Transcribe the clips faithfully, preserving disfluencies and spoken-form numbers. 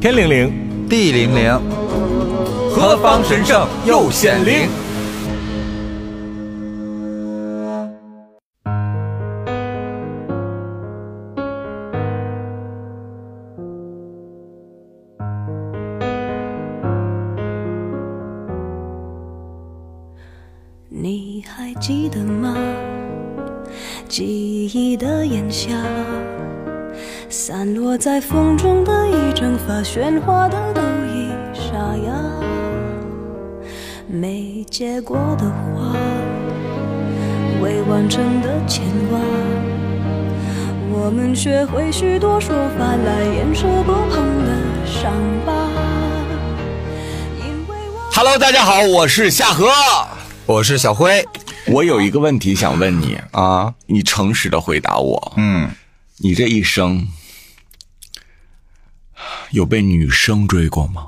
天灵灵， 地灵灵， 何方神圣又显灵。 你还记得吗？记忆的炎夏，散落在风中的一整发喧哗的都已沙哑，没结果的花，未完成的牵挂，我们学会许多说法来掩饰不碰的伤疤。 Hello， 大家好，我是夏荷， 我是小辉。 我有一个问题想问你啊， 你诚实的回答我。 嗯， 你这一生有被女生追过吗？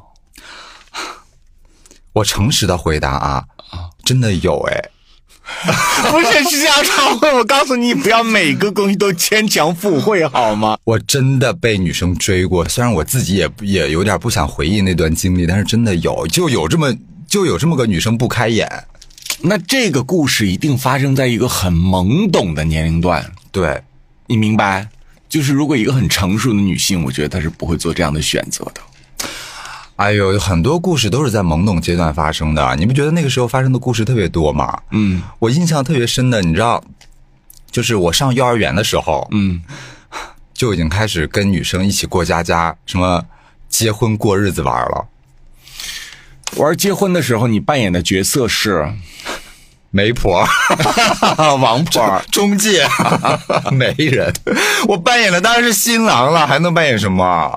我诚实的回答啊，真的有哎。 不是，是这样唱会，我告诉你，不要每个东西都牵强附会好吗？ 我真的被女生追过，虽然我自己也也有点不想回忆那段经历，但是真的有，就有这么就有这么个女生不开眼。 那这个故事一定发生在一个很懵懂的年龄段， 对， 你明白？就是如果一个很成熟的女性，我觉得她是不会做这样的选择的。 哎呦，很多故事都是在懵懂阶段发生的，你不觉得那个时候发生的故事特别多吗？ 嗯， 我印象特别深的，你知道，就是我上幼儿园的时候， 嗯， 就已经开始跟女生一起过家家，什么结婚过日子玩了。 玩结婚的时候，你扮演的角色是媒婆、 王婆、 中介、媒人，我扮演的当然是新郎了，还能扮演什么？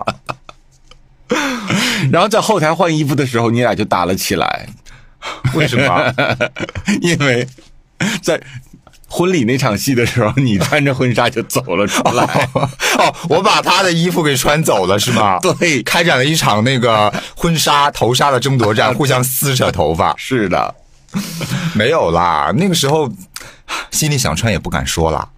然后在后台换衣服的时候，你俩就打了起来。 为什么？ 因为在婚礼那场戏的时候，你穿着婚纱就走了出来。 哦，哦我把他的衣服给穿走了是吗？ 对， 开展了一场那个婚纱头纱的争夺战，互相撕扯头发。 是的， 没有啦，那个时候心里想穿也不敢说啦。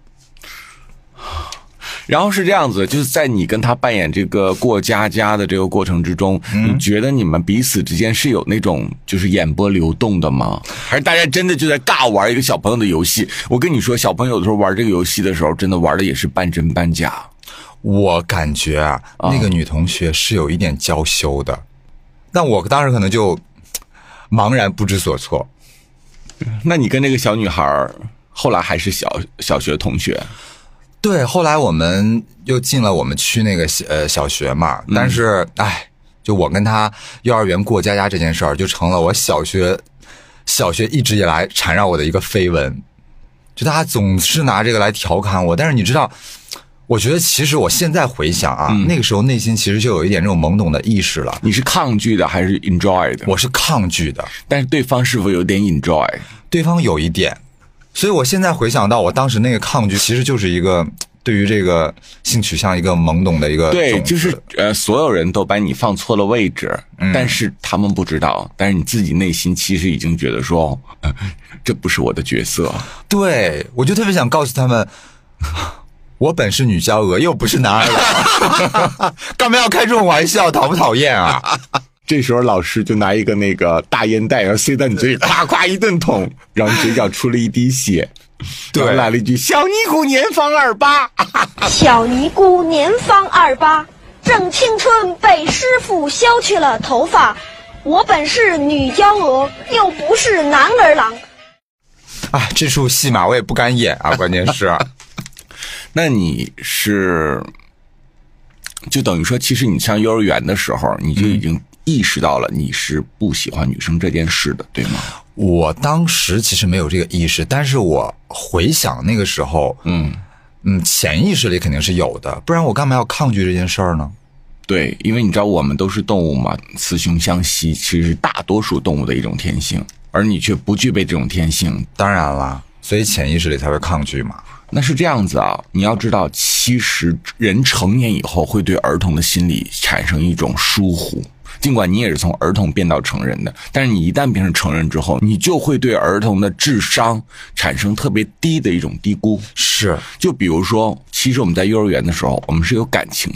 然后是这样子，就是在你跟他扮演这个过家家的这个过程之中， 嗯、 你觉得你们彼此之间是有那种就是眼波流动的吗？还是大家真的就在尬玩一个小朋友的游戏？我跟你说，小朋友的时候玩这个游戏的时候，真的玩的也是半真半假。 我感觉啊，那个女同学是有一点娇羞的，但我当时可能就茫然不知所措。 那你跟那个小女孩后来还是小小学同学？ 对，后来我们又进了我们区那个呃小学嘛，但是哎、嗯，就我跟他幼儿园过家家这件事儿，就成了我小学小学一直以来缠绕我的一个绯闻，就大家总是拿这个来调侃我。但是你知道，我觉得其实我现在回想啊，嗯、那个时候内心其实就有一点这种懵懂的意识了。 你是抗拒的还是 enjoy 的？ 我是抗拒的， 但是对方是否有点 enjoy？ 对方有一点。所以我现在回想到我当时那个抗拒，其实就是一个对于这个性取向一个懵懂的一个对，就是呃，所有人都把你放错了位置，嗯、但是他们不知道，但是你自己内心其实已经觉得说，呃、这不是我的角色。 对，我就特别想告诉他们，我本是女娇娥，又不是男儿郎，干嘛要开这种玩笑？讨不讨厌啊？ 这时候老师就拿一个那个大烟袋，然后塞到你嘴里，咵咵一顿捅，然后你嘴角出了一滴血，对，然后来了一句：“小尼姑年方二八。” 小尼姑年方二八，正青春被师傅削去了头发。我本是女娇娥，又不是男儿郎。 啊，这出戏码我也不敢演啊，关键是。 那你是，就等于说，其实你上幼儿园的时候，你就已经、嗯。意识到了你是不喜欢女生这件事的，对吗？ 我当时其实没有这个意识，但是我回想那个时候，嗯嗯，潜意识里肯定是有的，不然我干嘛要抗拒这件事儿呢？ 对，因为你知道我们都是动物嘛，雌雄相吸，其实是大多数动物的一种天性，而你却不具备这种天性。 当然啦，所以潜意识里才会抗拒嘛。 那是这样子啊，你要知道，其实人成年以后会对儿童的心理产生一种疏忽。尽管你也是从儿童变到成人的，但是你一旦变成成人之后，你就会对儿童的智商产生特别低的一种低估。 是， 就比如说，其实我们在幼儿园的时候，我们是有感情的。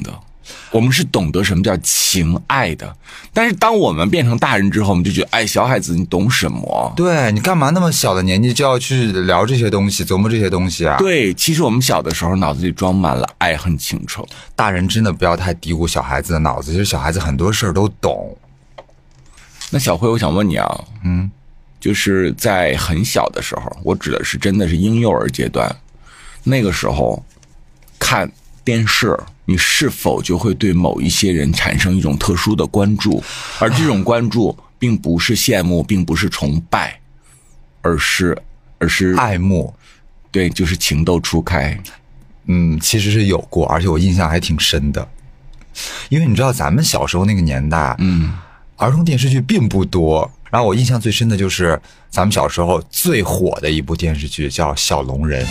我们是懂得什么叫情爱的。但是当我们变成大人之后，我们就觉得，哎，小孩子你懂什么？ 对，你干嘛那么小的年纪就要去聊这些东西，琢磨这些东西啊？ 对，其实我们小的时候脑子里装满了爱恨情仇。 大人真的不要太低估小孩子的脑子，其实小孩子很多事儿都懂。 那小辉，我想问你啊，嗯，就是在很小的时候，我指的是真的是婴幼儿阶段，那个时候看电视，你是否就会对某一些人产生一种特殊的关注？而这种关注并不是羡慕，并不是崇拜，而是而是爱慕。 对，就是情窦初开。 嗯，其实是有过，而且我印象还挺深的。因为你知道咱们小时候那个年代，嗯，儿童电视剧并不多。然后我印象最深的就是咱们小时候最火的一部电视剧叫《小龙人》。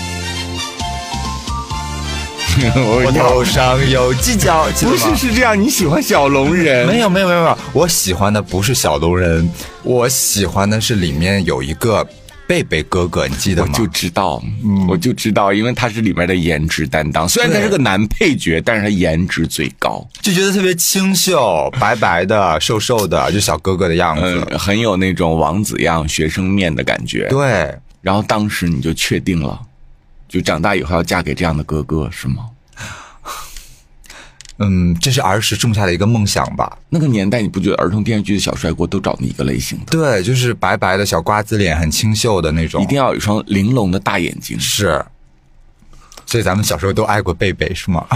我头上有犄角， 不是是这样，你喜欢小龙人？ 没有没有没有没有，我喜欢的不是小龙人，我喜欢的是里面有一个贝贝哥哥，你记得吗？ 我就知道，嗯、我就知道，因为他是里面的颜值担当，虽然他是个男配角，但是他颜值最高， 就觉得特别清秀，白白的，瘦瘦的，就小哥哥的样子， 嗯，很有那种王子样学生面的感觉。 对， 然后当时你就确定了。就长大以后要嫁给这样的哥哥是吗？ 嗯，这是儿时种下的一个梦想吧。 那个年代你不觉得儿童电视剧的小帅哥都找那一个类型的？ 对，就是白白的小瓜子脸，很清秀的那种， 一定要有一双玲珑的大眼睛。 是，所以咱们小时候都爱过贝贝是吗？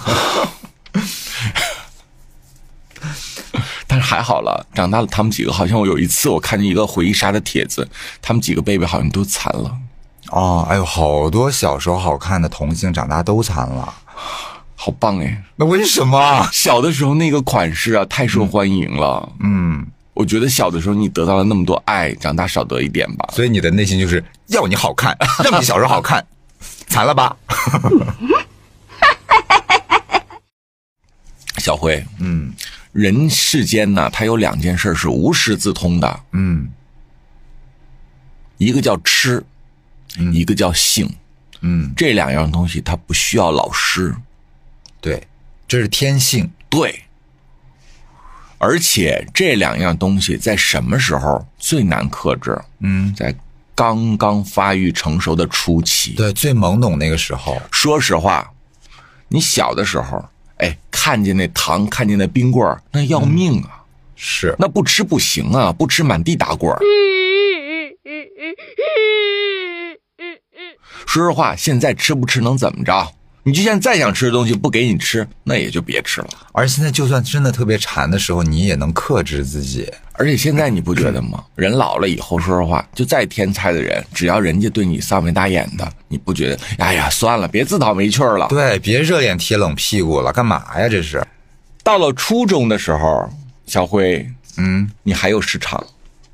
但是还好了，长大了他们几个好像我有一次我看见一个回忆杀的帖子，他们几个贝贝好像都残了。 哦，哎呦，好多小时候好看的童星长大都残了， 好棒哎！ 那为什么？ 小的时候那个款式啊，太受欢迎了。嗯，我觉得小的时候你得到了那么多爱，长大少得一点吧。 所以你的内心就是要你好看，让你小时候好看，残了吧？ 小辉，嗯，人世间呢，它有两件事是无师自通的，嗯，一个叫吃。嗯、一个叫性，嗯，这两样东西它不需要老师， 对，这是天性， 对。而且这两样东西在什么时候最难克制？嗯，在刚刚发育成熟的初期， 对，最懵懂那个时候。 说实话，你小的时候，哎，看见那糖，看见那冰棍儿，那要命啊！ 嗯、是， 那不吃不行啊，不吃满地打滚儿。说实话，现在吃不吃能怎么着？你就像再想吃的东西不给你吃，那也就别吃了。 而现在就算真的特别馋的时候，你也能克制自己。 而且现在你不觉得吗？人老了以后，说实话，就再天才的人，只要人家对你臊眉大眼的，你不觉得？哎呀，算了，别自讨没趣了。 对，别热脸贴冷屁股了，干嘛呀？这是。 到了初中的时候，小辉，嗯，你还有市场。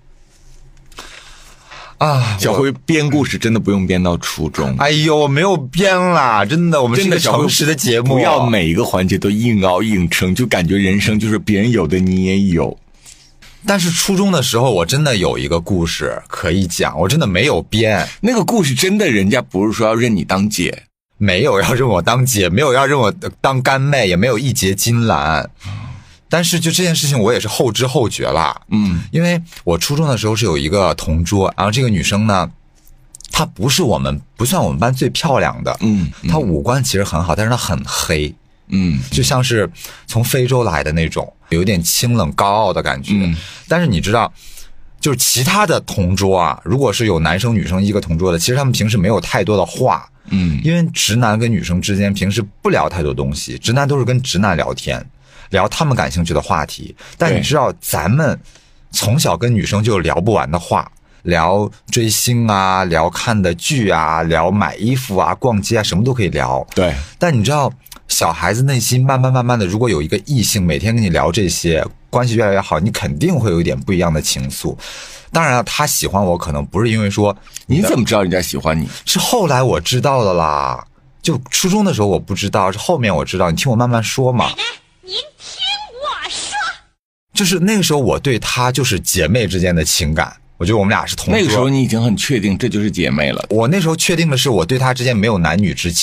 啊，小辉编故事真的不用编到初中。 哎呦，我没有编啦，真的，我们是一个诚实的节目， 不要每一个环节都硬凹硬撑，就感觉人生就是别人有的你也有。 但是初中的时候，我真的有一个故事可以讲，我真的没有编。 那个故事真的，人家不是说要认你当姐， 没有要认我当姐，没有要认我当干妹，也没有义结金兰。但是就这件事情我也是后知后觉啦，嗯，因为我初中的时候是有一个同桌，然后这个女生呢，她不是我们不算我们班最漂亮的，嗯，她五官其实很好，但是她很黑，嗯，就像是从非洲来的那种，有点清冷高傲的感觉，嗯，但是你知道，就是其他的同桌啊，如果是有男生女生一个同桌的，其实他们平时没有太多的话，嗯，因为直男跟女生之间平时不聊太多东西，直男都是跟直男聊天。聊他们感兴趣的话题，但你知道咱们从小跟女生就有聊不完的话，聊追星啊，聊看的剧啊，聊买衣服啊，逛街啊，什么都可以聊。 对， 但你知道小孩子内心慢慢慢慢的，如果有一个异性每天跟你聊这些，关系越来越好，你肯定会有一点不一样的情愫。当然了，他喜欢我可能不是因为说你怎么知道人家喜欢你， 是后来我知道的啦。就初中的时候我不知道，是后面我知道，你听我慢慢说嘛。 您听我说， 就是那个时候我对她就是姐妹之间的情感，我觉得我们俩是同桌。 那个时候你已经很确定这就是姐妹了。 我那时候确定的是我对她之间没有男女之情，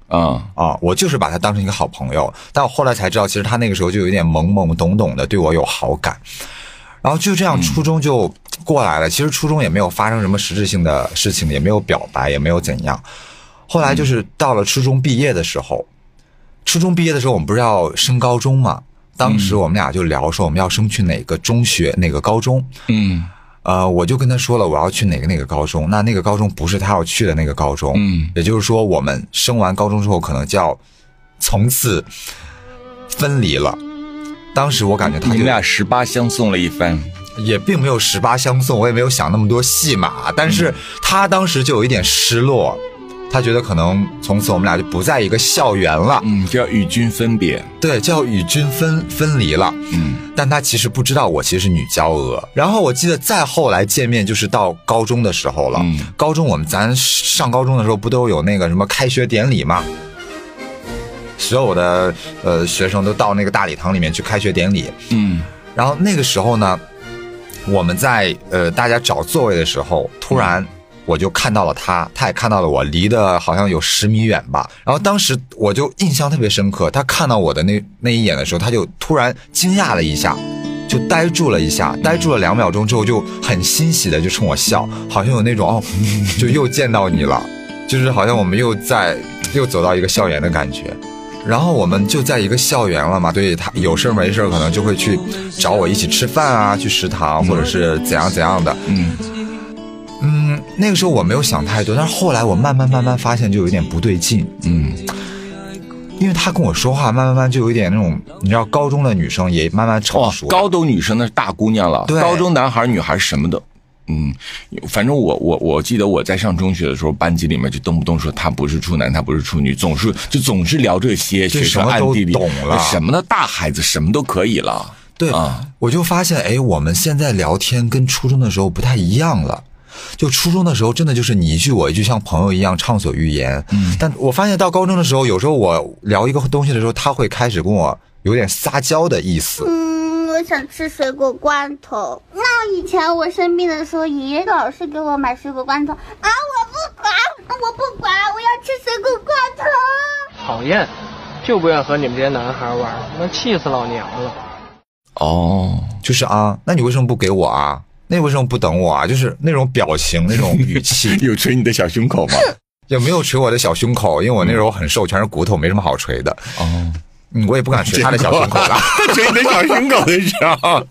啊啊，我就是把他当成一个好朋友，但我后来才知道，其实他那个时候就有点懵懵懂懂的对我有好感，然后就这样初中就过来了。嗯、其实初中也没有发生什么实质性的事情，也没有表白，也没有怎样。后来就是到了初中毕业的时候，嗯、初中毕业的时候我们不是要升高中嘛？当时我们俩就聊说我们要升去哪个中学，哪个高中。嗯。呃，我就跟他说了我要去哪个哪个高中，那那个高中不是他要去的那个高中，嗯，也就是说我们升完高中之后可能就要从此分离了。当时我感觉他就你们俩十八相送了一番， 也并没有十八相送，我也没有想那么多戏码，但是他当时就有一点失落。他觉得可能从此我们俩就不在一个校园了， 嗯，就要与君分别， 对，就要与君分分离了，嗯，但他其实不知道我其实是女娇娥。然后我记得再后来见面就是到高中的时候了，嗯，高中我们咱上高中的时候不都有那个什么开学典礼吗？所有的呃学生都到那个大礼堂里面去开学典礼，嗯，然后那个时候呢，我们在呃大家找座位的时候，突然。嗯我就看到了他，他也看到了我，离得好像有十米远吧。然后当时我就印象特别深刻，他看到我的那那一眼的时候，他就突然惊讶了一下，就呆住了一下，呆住了两秒钟之后，就很欣喜的就冲我笑，好像有那种哦，就又见到你了，就是好像我们又在又走到一个校园的感觉。然后我们就在一个校园了嘛，所以他有事没事可能就会去找我一起吃饭啊，去食堂或者是怎样怎样的，嗯。嗯，那个时候我没有想太多，但是后来我慢慢慢慢发现就有点不对劲，嗯，因为他跟我说话，慢慢慢就有一点那种，你知道，高中的女生也慢慢成熟、哦， 高中女生那是大姑娘了，高中男孩女孩什么的，嗯，反正我我我记得我在上中学的时候，班级里面就动不动说他不是处男，他不是处女，总是就总是聊这些，学生暗地里懂了什么的，大孩子什么都可以了， 对啊，我就发现，哎，我们现在聊天跟初中的时候不太一样了。就初中的时候真的就是你一句我一句，像朋友一样畅所欲言，嗯，但我发现到高中的时候，有时候我聊一个东西的时候，他会开始跟我有点撒娇的意思。 嗯，我想吃水果罐头。那以前我生病的时候，爷爷老是给我买水果罐头啊，我不管，我不管，我要吃水果罐头。 讨厌，就不愿和你们这些男孩玩，那气死老娘了。 哦，就是啊，那你为什么不给我啊？那为什么不等我啊？就是那种表情，那种语气。 有捶你的小胸口吗？ 也没有捶我的小胸口，因为我那时候很瘦，全是骨头，没什么好捶的。哦，嗯，我也不敢捶他的小胸口了。 他捶你的小胸口的时候，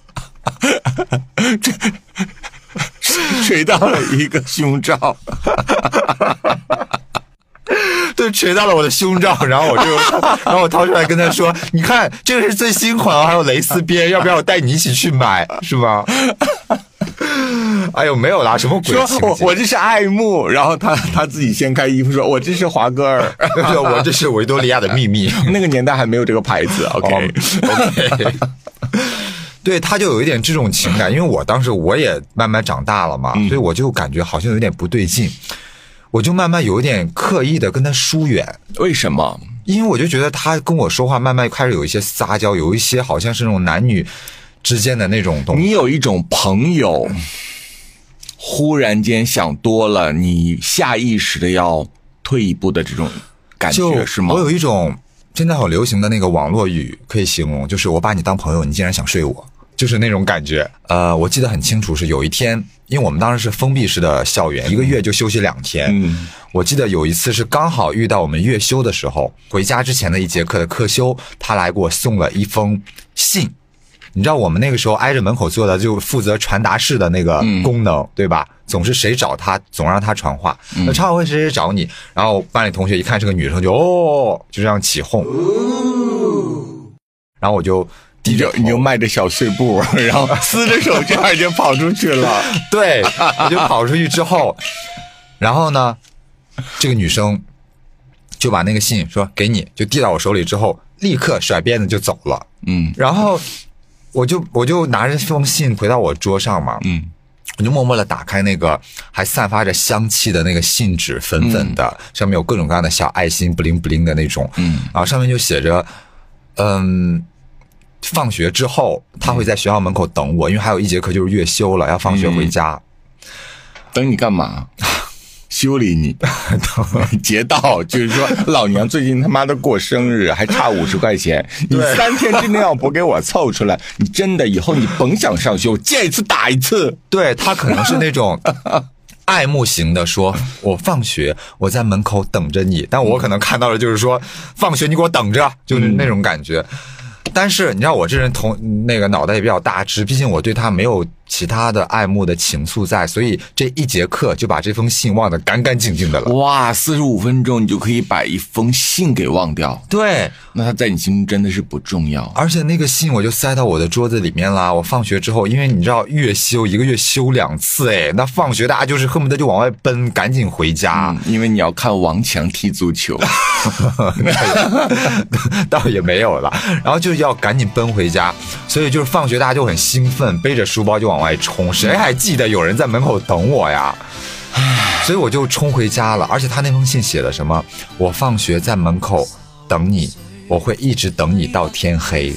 这捶到了一个胸罩。 对，捶到了我的胸罩，然后我就，然后我掏出来跟他说：“你看，这个是最新款哦，还有蕾丝边，要不要我带你一起去买？是吧？”哎呦，没有啦，什么鬼情节？ 我我这是爱慕，然后他他自己掀开衣服说：“我这是华歌尔， 我这是维多利亚的秘密。” 那个年代还没有这个牌子。OK OK。对，他就有一点这种情感，因为我当时我也慢慢长大了嘛，嗯、所以我就感觉好像有点不对劲。我就慢慢有点刻意的跟他疏远。 为什么？ 因为我就觉得他跟我说话慢慢开始有一些撒娇，有一些好像是那种男女之间的那种东西。 你有一种朋友忽然间想多了，你下意识的要退一步的这种感觉是吗？ 我有一种现在很流行的那个网络语可以形容，就是我把你当朋友，你竟然想睡我，就是那种感觉。呃，我记得很清楚，是有一天，因为我们当时是封闭式的校园，一个月就休息两天。嗯，我记得有一次是刚好遇到我们月休的时候，回家之前的一节课的课休，他来给我送了一封信。你知道我们那个时候挨着门口坐的，就负责传达室的那个功能，嗯、对吧？总是谁找他，总让他传话。嗯、那常常会谁谁找你，然后班里同学一看是个女生就，就哦，就这样起哄。哦、然后我就。 你就你就迈着小碎步，然后撕着手绢就跑出去了。 对，我就跑出去之后，然后呢，这个女生就把那个信说给你，就递到我手里之后，立刻甩鞭子就走了。嗯，然后我就我就拿着这封信回到我桌上嘛。嗯，我就默默的打开那个还散发着香气的那个信纸，粉粉的，嗯、上面有各种各样的小爱心，不灵不灵的那种。嗯，然后上面就写着，嗯。放学之后他会在学校门口等我，因为还有一节课就是月休了，要放学回家。 嗯、等你干嘛？ 修理你，劫道，就是说老娘最近他妈的过生日，还差五十块钱，你三天之内要不给我凑出来，你真的以后你甭想上学，我见一次打一次。 对，他可能是那种爱慕型的，说我放学我在门口等着你，但我可能看到的就是说放学你给我等着，就是那种感觉。嗯，但是你知道我这人同那个脑袋也比较大只，毕竟我对他没有其他的爱慕的情愫在，所以这一节课就把这封信忘得干干净净的了。 哇，四十五分钟你就可以把一封信给忘掉。 对， 那他在你心中真的是不重要。 而且那个信我就塞到我的桌子里面啦。我放学之后，因为你知道月修一个月修两次，哎，那放学大家就是恨不得就往外奔，赶紧回家， 嗯，因为你要看王强踢足球。 倒也没有了，然后就要赶紧奔回家，所以就是放学大家就很兴奋，背着书包就往外冲，谁还记得有人在门口等我呀？所以我就冲回家了。而且他那封信写了什么？我放学在门口等你，我会一直等你到天黑。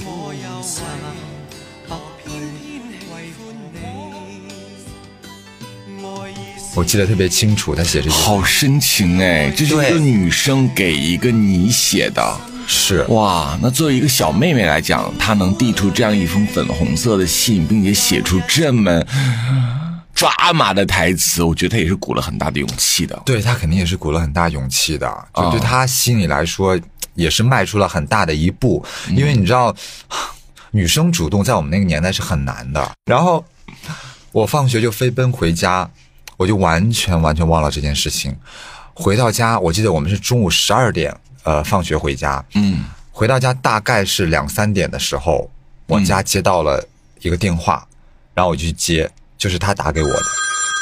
我记得特别清楚，他写这句话好深情哎，这是一个女生给一个你写的。 是哇，那作为一个小妹妹来讲，她能递出这样一封粉红色的信，并且写出这么抓马的台词，我觉得她也是鼓了很大的勇气的。 对，她肯定也是鼓了很大勇气的，就对她心里来说也是迈出了很大的一步。嗯，因为你知道女生主动在我们那个年代是很难的。然后我放学就飞奔回家，我就完全完全忘了这件事情。回到家，我记得我们是中午十二点呃放学回家，嗯，回到家大概是两三点的时候，我家接到了一个电话，嗯，然后我就去接，就是他打给我的。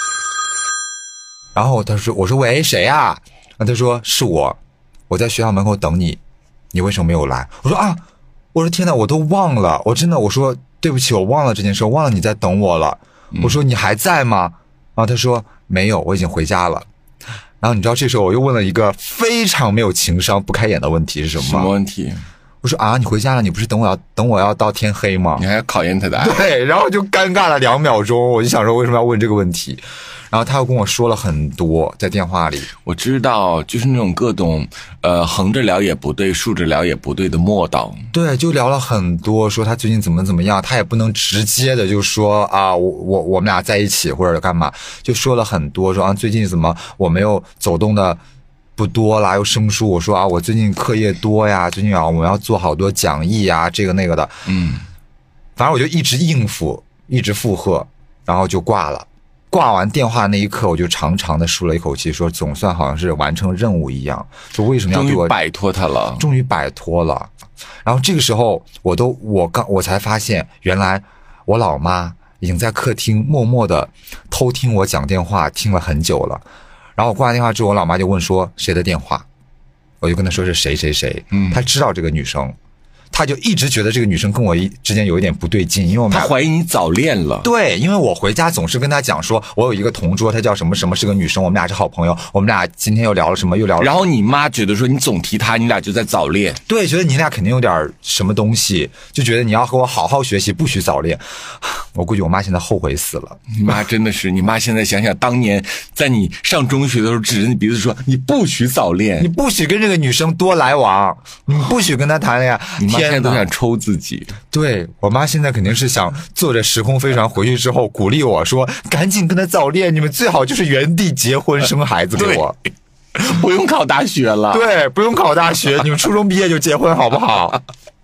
然后他说，我说喂，谁啊？然后他说是我，我在学校门口等你，你为什么没有来？我说啊，我说天哪，我都忘了，我真的，我说对不起，我忘了这件事，我忘了你在等我了。嗯，我说你还在吗？然后他说没有，我已经回家了。然后你知道这时候我又问了一个非常没有情商不开眼的问题是什么吗？ 什么问题？ 我说啊，你回家了，你不是等我要等我要到天黑吗？ 你还要考验他的爱。 对，然后就尴尬了两秒钟，我就想说为什么要问这个问题。然后他又跟我说了很多在电话里。 我知道，就是那种各种呃横着聊也不对，竖着聊也不对的默祷。 对，就聊了很多，说他最近怎么怎么样，他也不能直接的就说啊，我我我们俩在一起或者干嘛，就说了很多，说啊最近怎么我没有走动的不多啦，又生疏。我说啊，我最近课业多呀，最近啊我们要做好多讲义呀，这个那个的。嗯，反正我就一直应付，一直附和，然后就挂了。挂完电话那一刻，我就长长的舒了一口气，说总算好像是完成任务一样。说为什么要对我终于摆脱他了？ 终于摆脱了。然后这个时候，我都我刚我才发现，原来我老妈已经在客厅默默的偷听我讲电话，听了很久了。然后我挂完电话之后，我老妈就问说谁的电话，我就跟她说是谁谁谁。嗯，她知道这个女生。他就一直觉得这个女生跟我一之间有一点不对劲，因为我们他怀疑你早恋了。 对，因为我回家总是跟他讲说，我有一个同桌，她叫什么什么，是个女生，我们俩是好朋友，我们俩今天又聊了什么，又聊了。 然后你妈觉得说你总提她，你俩就在早恋。 对，觉得你俩肯定有点什么东西，就觉得你要和我好好学习，不许早恋。我估计我妈现在后悔死了。 你妈真的是，你妈现在想想当年在你上中学的时候，指着你鼻子说你不许早恋， 你不许跟这个女生多来往，你不许跟她谈恋爱。 你妈现在都想抽自己。 对，我妈现在肯定是想坐着时空飞船回去之后鼓励我说赶紧跟她早恋，你们最好就是原地结婚生孩子给我， 不用考大学了。 对，不用考大学，你们初中毕业就结婚好不好？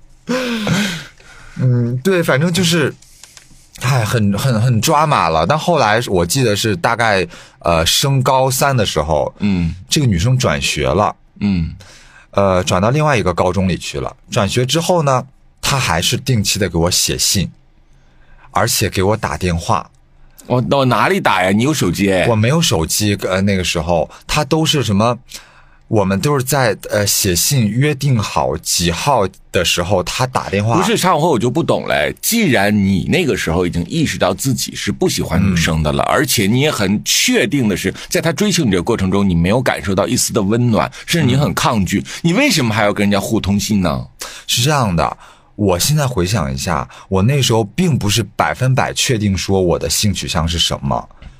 嗯，对，反正就是哎，很很很抓马了。但后来我记得是大概呃升高三的时候，嗯，这个女生转学了，嗯，呃，转到另外一个高中里去了。转学之后呢，她还是定期的给我写信，而且给我打电话。 我我哪里打呀？你有手机？ 我没有手机。呃，那个时候她都是什么？我们都是在呃写信约定好几号的时候，他打电话。 不是，常委会我就不懂了。既然你那个时候已经意识到自己是不喜欢女生的了，嗯、而且你也很确定的是，在他追求你这个过程中，你没有感受到一丝的温暖，甚至你很抗拒，嗯、你为什么还要跟人家互通信呢？ 是这样的，我现在回想一下，我那时候并不是百分百确定说我的性取向是什么。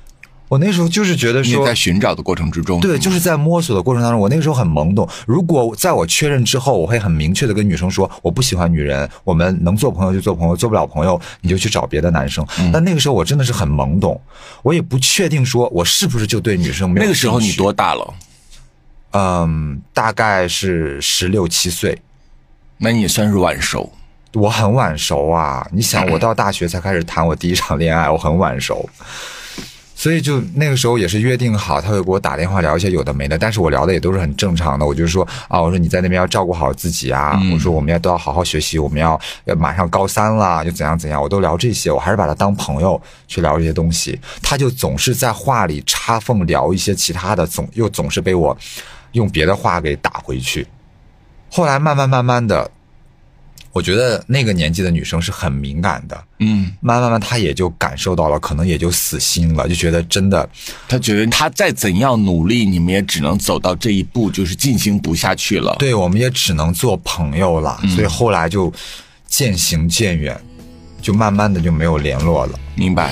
我那时候就是觉得说， 你在寻找的过程之中， 对，就是在摸索的过程当中，我那个时候很懵懂。如果在我确认之后，我会很明确的跟女生说，我不喜欢女人，我们能做朋友就做朋友，做不了朋友你就去找别的男生。嗯、但那个时候我真的是很懵懂，我也不确定说我是不是就对女生没有兴趣。 那个时候你多大了？ 嗯，大概是十六七岁。 那你也算是晚熟。 我很晚熟啊！你想，我到大学才开始谈我第一场恋爱，我很晚熟。所以就那个时候也是约定好，他会给我打电话聊一些有的没的，但是我聊的也都是很正常的。我就说啊，我说你在那边要照顾好自己啊，嗯、我说我们要都要好好学习，我们要要马上高三了，就怎样怎样，我都聊这些，我还是把他当朋友去聊这些东西。他就总是在话里插缝聊一些其他的，总又总是被我用别的话给打回去。后来慢慢慢慢的。我觉得那个年纪的女生是很敏感的，嗯，慢慢慢她也就感受到了，可能也就死心了，就觉得真的， 她觉得她再怎样努力，你们也只能走到这一步，就是进行不下去了。 对，我们也只能做朋友了，嗯、所以后来就渐行渐远，就慢慢的就没有联络了。 明白。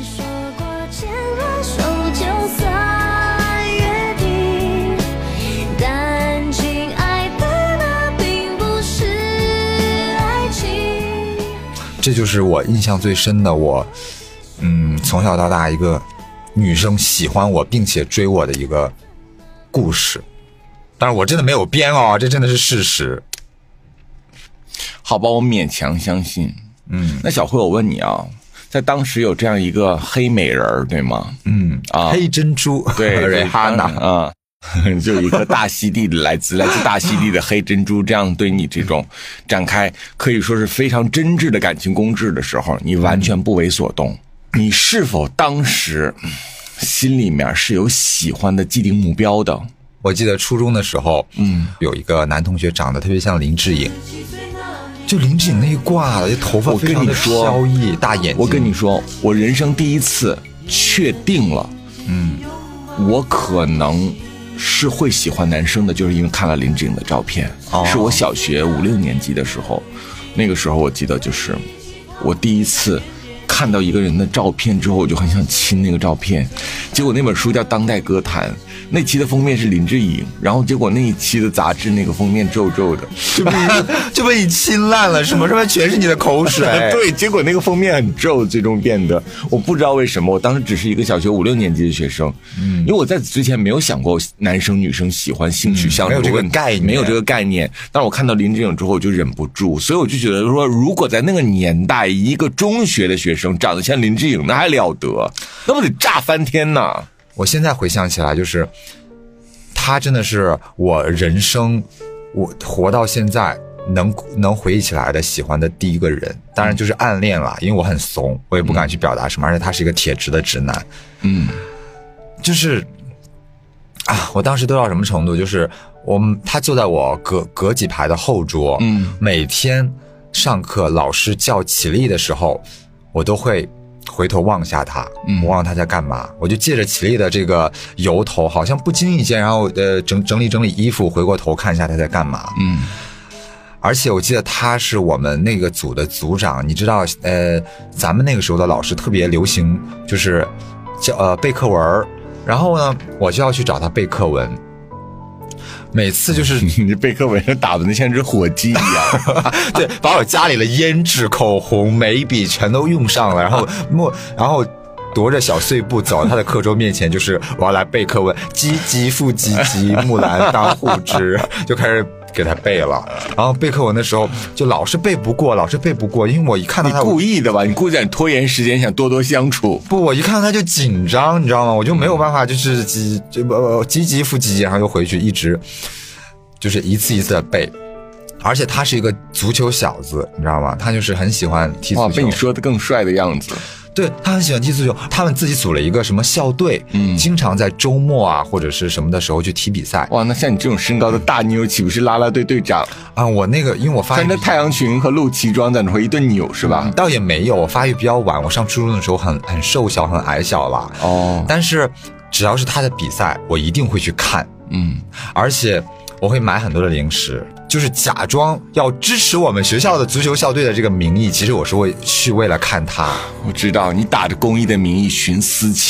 这就是我印象最深的，我，嗯，从小到大一个女生喜欢我并且追我的一个故事。当然我真的没有编哦，这真的是事实。 好吧，我勉强相信。嗯，那小慧，我问你啊，在当时有这样一个黑美人，对吗？ 嗯啊，黑珍珠， 对， 瑞哈娜啊。就有一颗大溪地的来自来自大溪地的黑珍珠，这样对你这种展开可以说是非常真挚的感情公示的时候，你完全不为所动。你是否当时心里面是有喜欢的既定目标的？ 我记得初中的时候，嗯，有一个男同学长得特别像林志颖，就林志颖那一挂的，头发非常的飘逸，大眼睛。 我跟你说，我人生第一次确定了，嗯，我可能。是会喜欢男生的，就是因为看了林志颖的照片。哦、是我小学五六年级的时候，那个时候我记得就是我第一次看到一个人的照片之后，我就很想亲那个照片。结果那本书叫《当代歌坛》，那期的封面是林志颖，然后结果那一期的杂志那个封面皱皱的， 就被就被你亲烂了，什么什么全是你的口水。 对，结果那个封面很皱，最终变得我不知道为什么。我当时只是一个小学五六年级的学生，嗯，因为我在此之前没有想过男生女生喜欢性取向、 嗯、没有这个概念， 没有这个概念。但是我看到林志颖之后，我就忍不住，所以我就觉得说，如果在那个年代，一个中学的学生长得像林志颖，那还了得，那不得炸翻天呐！ 我现在回想起来，就是他真的是我人生，我活到现在能能回忆起来的喜欢的第一个人。当然就是暗恋了，因为我很怂，我也不敢去表达什么，而且他是一个铁直的直男。嗯，就是啊，我当时都到什么程度？就是我们他坐在我隔隔几排的后桌，嗯，每天上课老师叫起立的时候，我都会回头望下他，嗯，我望他在干嘛，我就借着起立的这个由头，好像不经意间，然后呃整整理整理衣服，回过头看一下他在干嘛，嗯。而且我记得他是我们那个组的组长，你知道，呃，咱们那个时候的老师特别流行，就是叫呃背课文，然后呢，我就要去找他背课文。每次就是你背课文打的那像只火鸡一样， 对，把我家里的胭脂、口红、眉笔全都用上了，然后墨，然后踱着小碎步走到他的课桌面前，就是我要来背课文，唧唧复唧唧，木兰当户织，就开始给他背了。然后背课文的时候，就老是背不过，老是背不过，因为我一看到他， 你故意的吧？你故意在拖延时间，想多多相处。 不，我一看到他就紧张，你知道吗？我就没有办法，就是唧就呃唧唧复唧，然后又回去一直就是一次一次的背。而且他是一个足球小子，你知道吗？他就是很喜欢踢足球。 哇，被你说的更帅的样子。 对，他很喜欢踢足球，他们自己组了一个什么校队，嗯，经常在周末啊或者是什么的时候去踢比赛。 哇，那像你这种身高的大妞，岂不是啦啦队队长啊？我那个，因为我发育穿着太阳裙和露脐装在那会一顿扭是吧？ 嗯，倒也没有，我发育比较晚，我上初中的时候很很瘦小，很矮小了。哦，但是只要是他的比赛，我一定会去看，嗯，而且我会买很多的零食。就是假装要支持我们学校的足球校队的这个名义，其实我是会去为了看他。 我知道你打着公益的名义寻私情，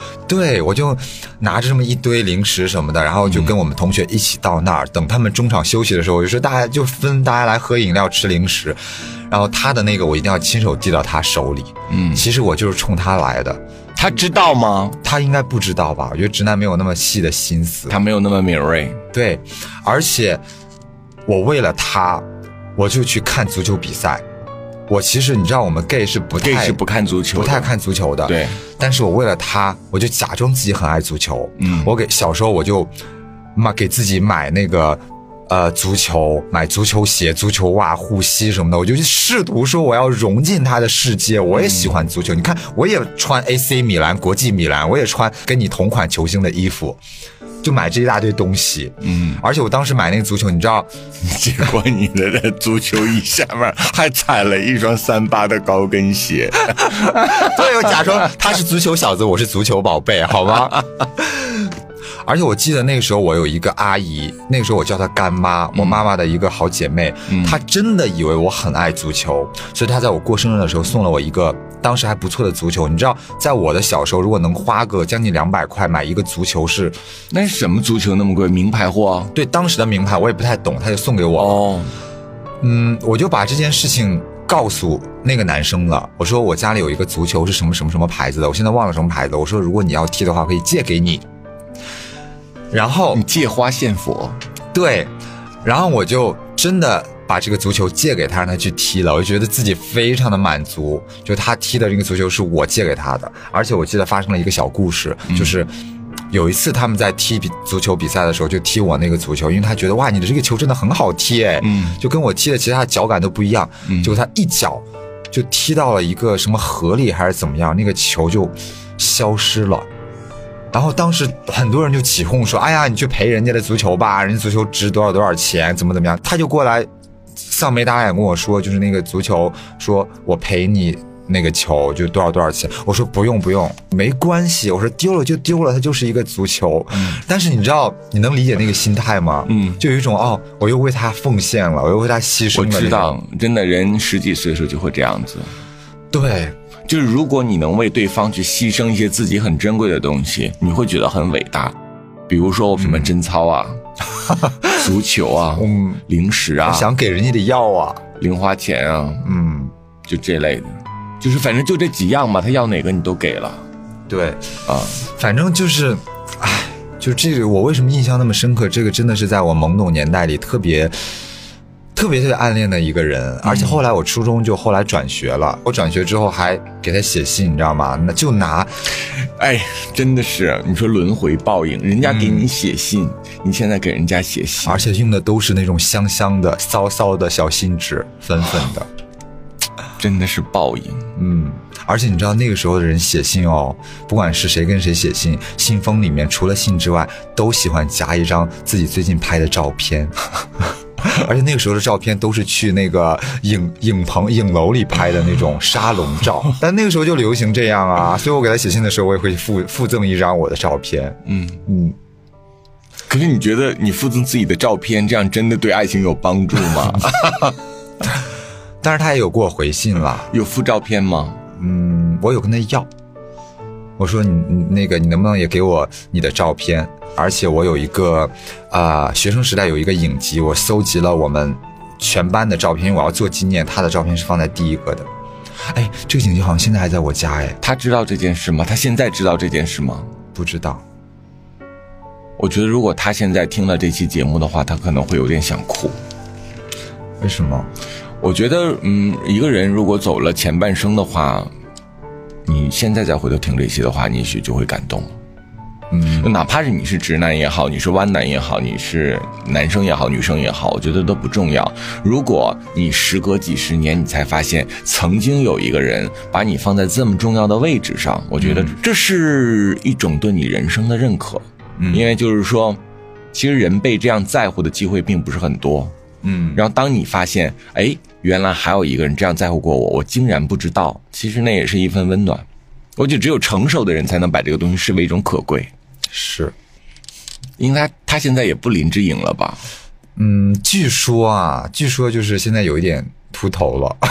对，我就拿着这么一堆零食什么的，然后就跟我们同学一起到那儿，嗯、等他们中场休息的时候，我就说大家就分大家来喝饮料吃零食，然后他的那个我一定要亲手递到他手里。嗯，其实我就是冲他来的。 他知道吗？ 他应该不知道吧？我觉得直男没有那么细的心思， 他没有那么敏锐。 对，而且我为了他，我就去看足球比赛。我其实你知道，我们 gay 是不太 gay 是不看足球， 不太看足球的。 对， 但是我为了他，我就假装自己很爱足球。嗯，我给小时候我就妈给自己买那个呃足球，买足球鞋、足球袜、护膝什么的，我就试图说我要融进他的世界。我也喜欢足球，嗯、你看我也穿 A C 米兰、国际米兰，我也穿跟你同款球星的衣服。就买这一大堆东西，嗯，而且我当时买那个足球，你知道， 结果你的足球衣下面还踩了一双三八的高跟鞋， 对，我假装他是足球小子，我是足球宝贝，好吗？而且我记得那个时候我有一个阿姨，那个时候我叫她干妈，我妈妈的一个好姐妹，嗯、她真的以为我很爱足球，所以她在我过生日的时候送了我一个当时还不错的足球。你知道，在我的小时候，如果能花个将近两百块买一个足球是， 那是什么足球那么贵？名牌货？ 对，当时的名牌我也不太懂，她就送给我。哦，嗯，我就把这件事情告诉那个男生了，我说我家里有一个足球是什么什么什么牌子的，我现在忘了什么牌子，我说如果你要踢的话，可以借给你。然后你借花献佛， 对，然后我就真的把这个足球借给他，让他去踢了。我就觉得自己非常的满足，就他踢的这个足球是我借给他的。而且我记得发生了一个小故事，嗯、就是有一次他们在踢足球比赛的时候，就踢我那个足球，因为他觉得哇，你的这个球真的很好踢哎，嗯，就跟我踢的其他的脚感都不一样。嗯、结果他一脚就踢到了一个什么河里还是怎么样，那个球就消失了。然后当时很多人就起哄说，哎呀，你去赔人家的足球吧，人家足球值多少多少钱，怎么怎么样。他就过来丧眉打眼跟我说，就是那个足球，说我赔你那个球就多少多少钱。我说不用不用，没关系，我说丢了就丢了，它就是一个足球。嗯、但是你知道你能理解那个心态吗？嗯，就有一种哦，我又为他奉献了，我又为他牺牲了。 我知道，真的人十几岁的时候就会这样子。 对， 就是如果你能为对方去牺牲一些自己很珍贵的东西，你会觉得很伟大。比如说什么贞操啊、嗯、足球啊、嗯、零食啊， 想给人家的药啊、 零花钱啊，嗯，就这类的，就是反正就这几样嘛，他要哪个你都给了。 对啊，反正就是，哎，就这个我为什么印象那么深刻？这个真的是在我懵懂年代里特别。特别特别暗恋的一个人，而且后来我初中就后来转学了，我转学之后还给他写信，你知道吗？那就拿， 哎，真的是你说轮回报应，人家给你写信，嗯、你现在给人家写信， 而且用的都是那种香香的、骚骚的小信纸，粉粉的， 真的是报应。 嗯，而且你知道那个时候的人写信哦，不管是谁跟谁写信，信封里面除了信之外，都喜欢夹一张自己最近拍的照片。而且那个时候的照片都是去那个影影棚影楼里拍的那种沙龙照，但那个时候就流行这样啊，所以我给他写信的时候，我也会附附赠一张我的照片。嗯嗯。 可是你觉得你附赠自己的照片，这样真的对爱情有帮助吗？ 但是他也有给我回信了。 有附照片吗？ 嗯，我有跟他要。我说你你那个你能不能也给我你的照片？而且我有一个啊、呃，学生时代有一个影集，我搜集了我们全班的照片，因为我要做纪念，他的照片是放在第一个的。哎，这个影集好像现在还在我家哎。 他知道这件事吗？他现在知道这件事吗？ 不知道。 我觉得如果他现在听了这期节目的话，他可能会有点想哭。 为什么？ 我觉得嗯，一个人如果走了前半生的话，你现在再回头听这些的话，你也许就会感动了。嗯，哪怕是你是直男也好，你是弯男也好，你是男生也好，女生也好，我觉得都不重要。如果你时隔几十年，你才发现曾经有一个人把你放在这么重要的位置上，我觉得这是一种对你人生的认可。嗯，因为就是说，其实人被这样在乎的机会并不是很多。嗯，然后当你发现，哎，原来还有一个人这样在乎过我，我竟然不知道，其实那也是一份温暖。我觉得只有成熟的人才能把这个东西视为一种可贵。 是， 因为他他现在也不林志颖了吧？ 嗯，据说啊，据说就是现在有一点秃头了。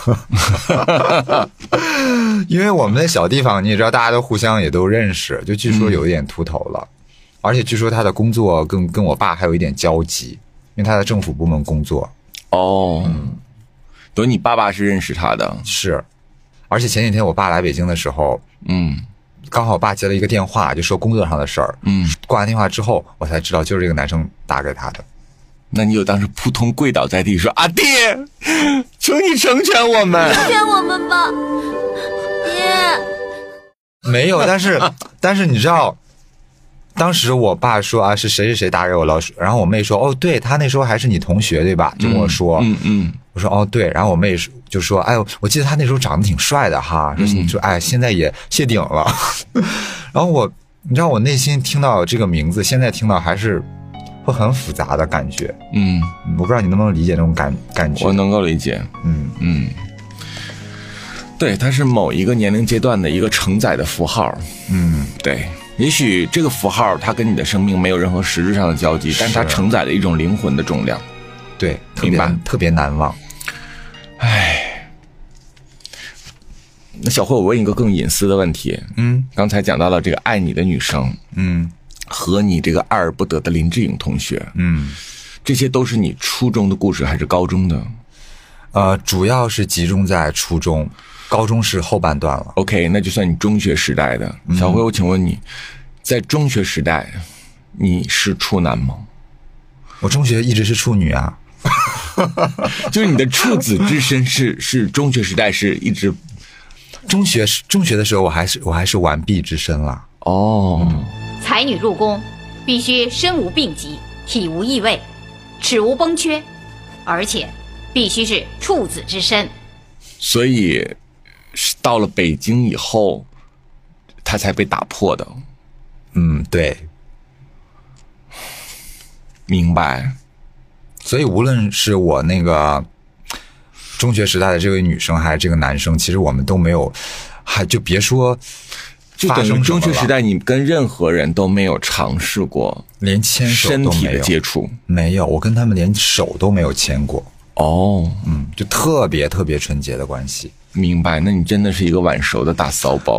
因为我们在小地方，你也知道，大家都互相也都认识，就据说有一点秃头了，嗯、而且据说他的工作跟跟我爸还有一点交集，因为他在政府部门工作。 哦，嗯，等你爸爸是认识他的， 是，而且前几天我爸来北京的时候， 嗯。 刚好我爸接了一个电话，就说工作上的事儿。嗯，挂完电话之后，我才知道就是这个男生打给他的。 那你有当时扑通跪倒在地说：“阿弟，求你成全我们， 成全我们吧，爹。” 没有，但是但是你知道，当时我爸说啊是谁谁谁打给我了，然后我妹说哦对，他那时候还是你同学对吧？就跟我说，嗯 嗯, 嗯，我说哦对，然后我妹就说哎呦，我记得他那时候长得挺帅的哈，说你说哎现在也谢顶了，然后我你知道我内心听到这个名字，现在听到还是会很复杂的感觉，嗯，我不知道你能不能理解那种感感觉， 我能够理解，嗯嗯，对，它是某一个年龄阶段的一个承载的符号，嗯，对。也许这个符号它跟你的生命没有任何实质上的交集，但是它承载了一种灵魂的重量， 对，特别特别难忘。 唉，那小慧，我问一个更隐私的问题，嗯，刚才讲到了这个爱你的女生，嗯，和你这个爱而不得的林志颖同学，嗯，这些都是你初中的故事还是高中的？ 呃，主要是集中在初中。高中是后半段了 ，OK， 那就算你中学时代的。小辉，我请问你，在中学时代，你是处男吗？ 我中学一直是处女啊， 就是你的处子之身是是中学时代是一直， 中学中学的时候我还是我还是完璧之身啦。 哦， 嗯、才女入宫必须身无病疾，体无异味，齿无崩缺，而且必须是处子之身。 所以。到了北京以后，他才被打破的。 嗯，对， 明白。 所以无论是我那个中学时代的这位女生，还是这个男生，其实我们都没有，还就别说， 就等于中学时代你跟任何人都没有尝试过， 连牵手都没有身体的接触， 没有，我跟他们连手都没有牵过。 哦， 嗯，就特别特别纯洁的关系。 明白，那你真的是一个晚熟的大骚包。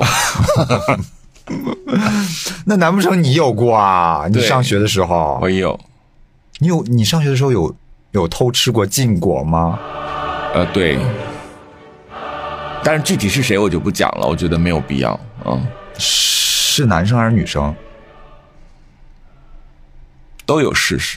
那难不成你有过啊？你上学的时候， 我有。 你有？你上学的时候有有偷吃过禁果吗？ 呃，对。但是具体是谁我就不讲了，我觉得没有必要。嗯， 是男生还是女生？ 都有试试。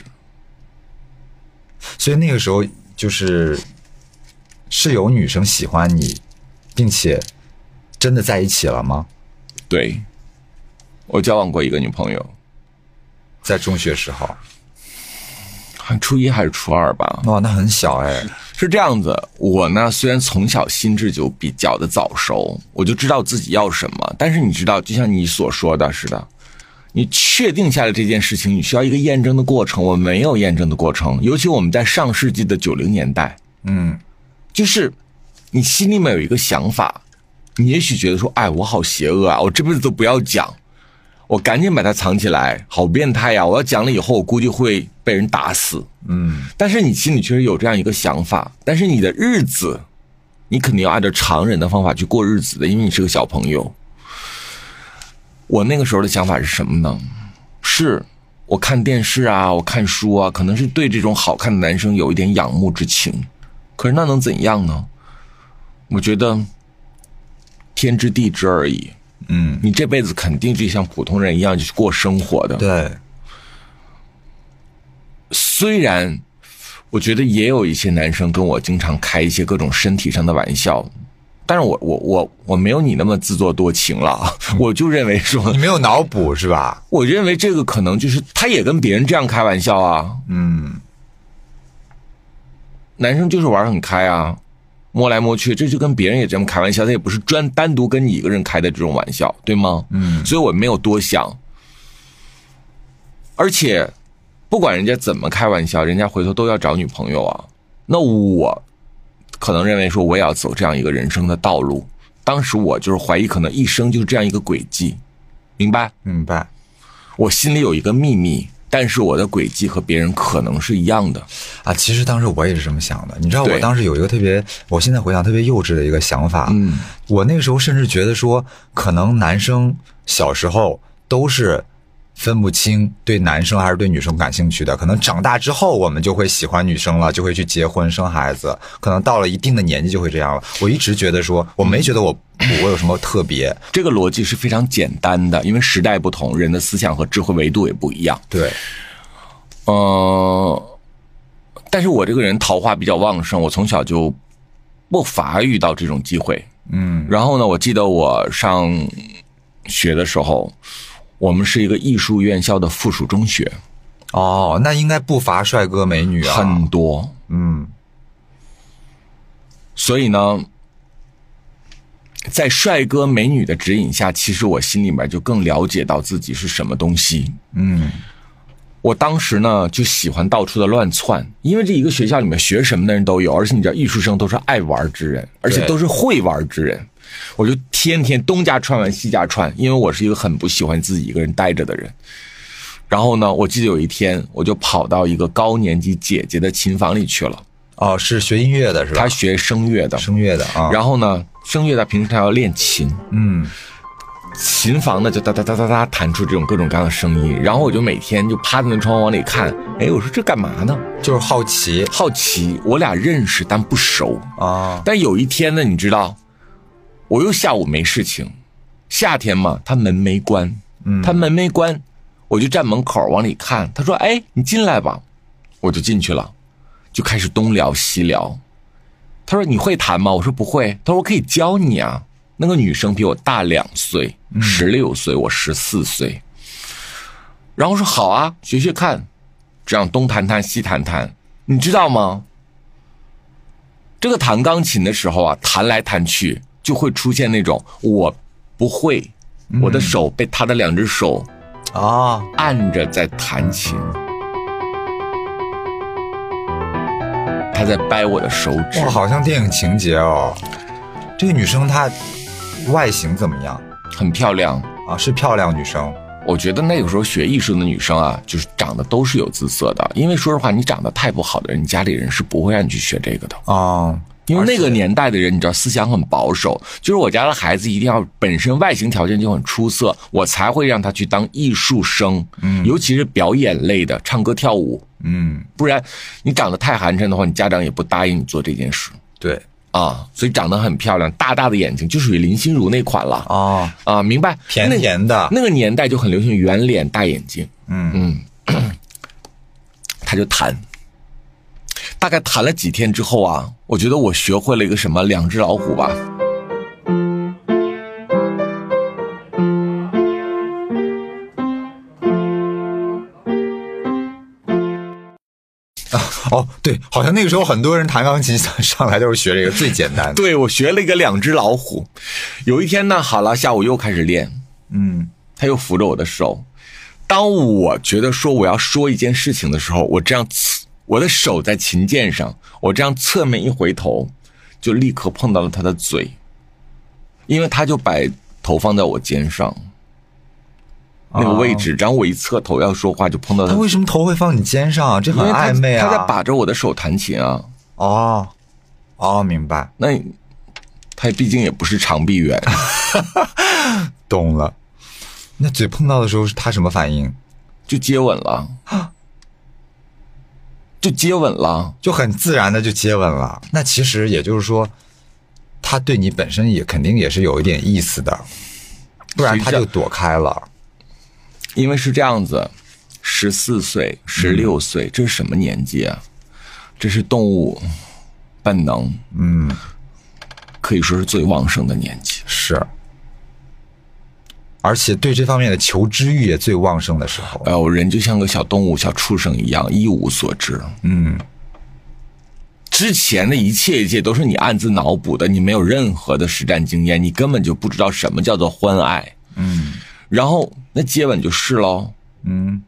所以那个时候就是是有女生喜欢你。并且真的在一起了吗？ 对，我交往过一个女朋友， 在中学时候， 初一还是初二吧。 哇，那很小哎。 是这样子，我呢虽然从小心智就比较的早熟，我就知道自己要什么，但是你知道，就像你所说的似的，你确定下来这件事情，你需要一个验证的过程。我没有验证的过程，尤其我们在上世纪的九零年代，嗯，就是。你心里面有一个想法，你也许觉得说，哎，我好邪恶啊，我这辈子都不要讲，我赶紧把它藏起来，好变态呀！我要讲了以后，我估计会被人打死。嗯，但是你心里确实有这样一个想法，但是你的日子，你肯定要按照常人的方法去过日子的，因为你是个小朋友。我那个时候的想法是什么呢？是我看电视啊，我看书啊，可能是对这种好看的男生有一点仰慕之情，可是那能怎样呢？我觉得天知地知而已，嗯，你这辈子肯定就像普通人一样去过生活的。 对， 虽然我觉得也有一些男生跟我经常开一些各种身体上的玩笑，但是我我我我没有你那么自作多情了，我就认为说你没有脑补是吧？ 我认为这个可能就是他也跟别人这样开玩笑啊，嗯，男生就是玩很开啊。摸来摸去，这就跟别人也这么开玩笑，他也不是专单独跟你一个人开的这种玩笑，对吗？嗯，所以我没有多想。而且，不管人家怎么开玩笑，人家回头都要找女朋友啊。那我可能认为说，我也要走这样一个人生的道路。当时我就是怀疑，可能一生就是这样一个轨迹，明白？ 明白。 我心里有一个秘密， 但是我的轨迹和别人可能是一样的啊。其实当时我也是这么想的，你知道， 对我当时有一个特别，我现在回想特别幼稚的一个想法。 嗯， 我那个时候甚至觉得说，可能男生小时候都是分不清对男生还是对女生感兴趣的，可能长大之后我们就会喜欢女生了，就会去结婚生孩子，可能到了一定的年纪就会这样了。我一直觉得说，我没觉得我我有什么特别， 这个逻辑是非常简单的，因为时代不同，人的思想和智慧维度也不一样。 对， 呃，但是我这个人桃花比较旺盛，我从小就不乏遇到这种机会。 嗯， 然后呢，我记得我上学的时候，我们是一个艺术院校的附属中学。 哦，那应该不乏帅哥美女啊， 很多。 嗯， 所以呢，在帅哥美女的指引下，其实我心里面就更了解到自己是什么东西。 嗯， 我当时呢就喜欢到处的乱窜，因为这一个学校里面学什么的人都有，而且你知道艺术生都是爱玩之人，而且都是会玩之人。我就天天东家串完西家串，因为我是一个很不喜欢自己一个人待着的人。然后呢，我记得有一天我就跑到一个高年级姐姐的琴房里去了。 哦，是学音乐的是吧？ 她学声乐的， 声乐的啊。 然后呢，声乐的平时她要练琴， 嗯， 琴房呢就哒哒哒哒哒弹出这种各种各样的声音。然后我就每天就趴在那窗户往里看，哎，我说这干嘛呢？ 就是好奇， 好奇。我俩认识但不熟啊。 但有一天呢，你知道，我又下午没事情，夏天嘛，他门没关，嗯，他门没关，我就站门口往里看。他说：“哎，你进来吧。”我就进去了，就开始东聊西聊。他说：“你会弹吗？”我说：“不会。”他说：“我可以教你啊。”那个女生比我大两岁，十六岁，我十四岁。然后说：“好啊，学学看。”这样东弹弹西弹弹，你知道吗？这个弹钢琴的时候啊，弹来弹去就会出现那种我不会，嗯、我的手被他的两只手啊按着在弹琴，他在掰我的手指。 哇，好像电影情节哦。这个女生她外形怎么样？ 很漂亮啊，是漂亮女生。 我觉得那个时候学艺术的女生啊，就是长得都是有姿色的。因为说实话，你长得太不好的人，你家里人是不会让你去学这个的啊。哦， 因为那个年代的人，你知道思想很保守，就是我家的孩子一定要本身外形条件就很出色，我才会让他去当艺术生，嗯，尤其是表演类的，唱歌跳舞， 嗯， 不然你长得太寒碜的话，你家长也不答应你做这件事。 对啊，所以长得很漂亮，大大的眼睛，就属于林心如那款了啊啊，明白？ 甜甜的， 那个年代就很流行圆脸大眼睛， 嗯嗯，他就弹。大概弹了几天之后啊，我觉得我学会了一个什么两只老虎吧。 啊、哦，对，好像那个时候很多人弹钢琴上来都是学这个最简单的。 对，我学了一个两只老虎。有一天呢，好了，下午又开始练， 嗯， 他又扶着我的手。当我觉得说我要说一件事情的时候，我这样我的手在琴键上，我这样侧面一回头，就立刻碰到了他的嘴，因为他就把头放在我肩上那个位置，然后我一侧头要说话就碰到他。 他为什么头会放你肩上啊？这很暧昧啊！ 他在把着我的手弹琴啊。 哦，哦，明白。 那他毕竟也不是长臂猿。 懂了。那嘴碰到的时候是他什么反应？ 就接吻了。就接吻了， 就很自然的就接吻了。那其实也就是说，他对你本身也肯定也是有一点意思的，不然他就躲开了。 因为是这样子，十四岁、十六岁、嗯，这是什么年纪啊？这是动物本能， 嗯， 可以说是最旺盛的年纪。 是。而且对这方面的求知欲也最旺盛的时候， 哎呦，人就像个小动物、小畜生一样，一无所知。 嗯， 之前的一切一切都是你暗自脑补的，你没有任何的实战经验，你根本就不知道什么叫做欢爱。 嗯， 然后那接吻就试咯， 嗯，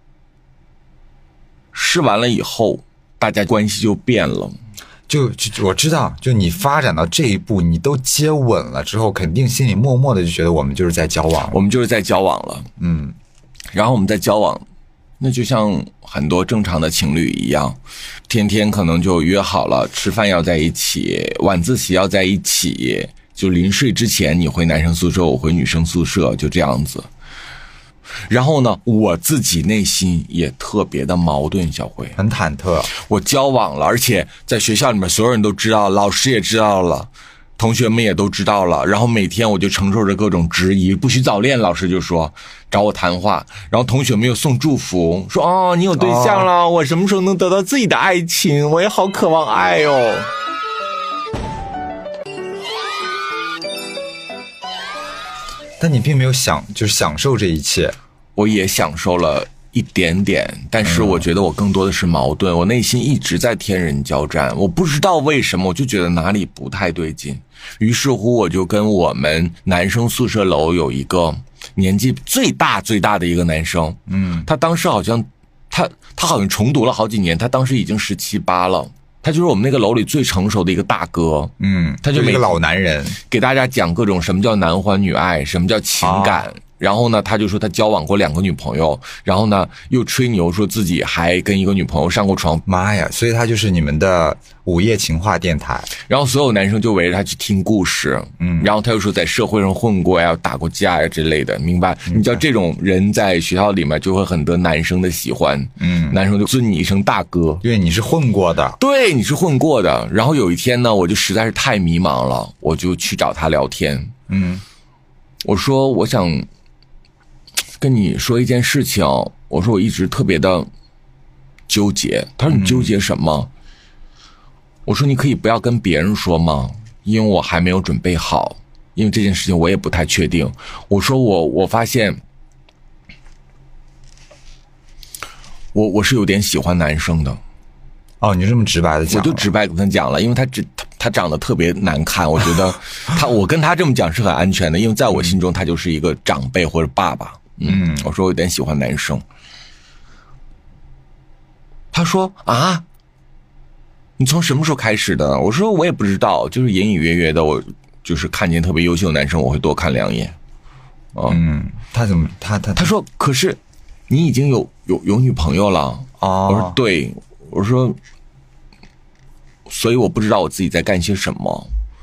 试完了以后，大家关系就变了。 就就我知道，就你发展到这一步，你都接吻了之后，肯定心里默默的就觉得我们就是在交往， 我们就是在交往了。 嗯， 然后我们在交往那就像很多正常的情侣一样，天天可能就约好了吃饭要在一起，晚自习要在一起，就临睡之前你回男生宿舍，我回女生宿舍，就这样子。然后呢，我自己内心也特别的矛盾，小辉很忐忑。 我交往了，而且在学校里面所有人都知道，老师也知道了，同学们也都知道了，然后每天我就承受着各种质疑，不许早恋，老师就说找我谈话，然后同学们又送祝福，说哦你有对象了，哦、我什么时候能得到自己的爱情？我也好渴望爱哦。 但你并没有享，就是享受这一切。 我也享受了一点点，但是我觉得我更多的是矛盾，我内心一直在天人交战，我不知道为什么，我就觉得哪里不太对劲。于是乎，我就跟我们男生宿舍楼有一个年纪最大最大的一个男生，嗯，他当时好像他他好像重读了好几年，他当时已经十七八了。他就是我们那个楼里最成熟的一个大哥， 嗯， 他就每一个老男人， 给大家讲各种什么叫男欢女爱，什么叫情感。啊、然后呢，他就说他交往过两个女朋友，然后呢又吹牛说自己还跟一个女朋友上过床。 妈呀！所以他就是你们的午夜情话电台。 然后所有男生就围着他去听故事，嗯，然后他又说在社会上混过呀，打过架呀之类的，明白？你知道这种人在学校里面就会很得男生的喜欢，嗯，男生就尊你一声大哥， 因为你是混过的， 对，你是混过的。然后有一天呢，我就实在是太迷茫了，我就去找他聊天，嗯，我说我想跟你说一件事情，我说我一直特别的纠结。他说你纠结什么？嗯、我说你可以不要跟别人说吗？因为我还没有准备好，因为这件事情我也不太确定。我说我我发现我我是有点喜欢男生的。 哦，你这么直白的讲， 我就直白跟他讲了，因为他只他他长得特别难看，我觉得他我跟他这么讲是很安全的，因为在我心中他就是一个长辈或者爸爸。嗯，我说我有点喜欢男生。他说啊，你从什么时候开始的？我说我也不知道，就是隐隐约约的，我就是看见特别优秀的男生，我会多看两眼。 哦、嗯，他怎么他他他说，可是你已经有有有女朋友了。哦，我说对，我说，所以我不知道我自己在干些什么。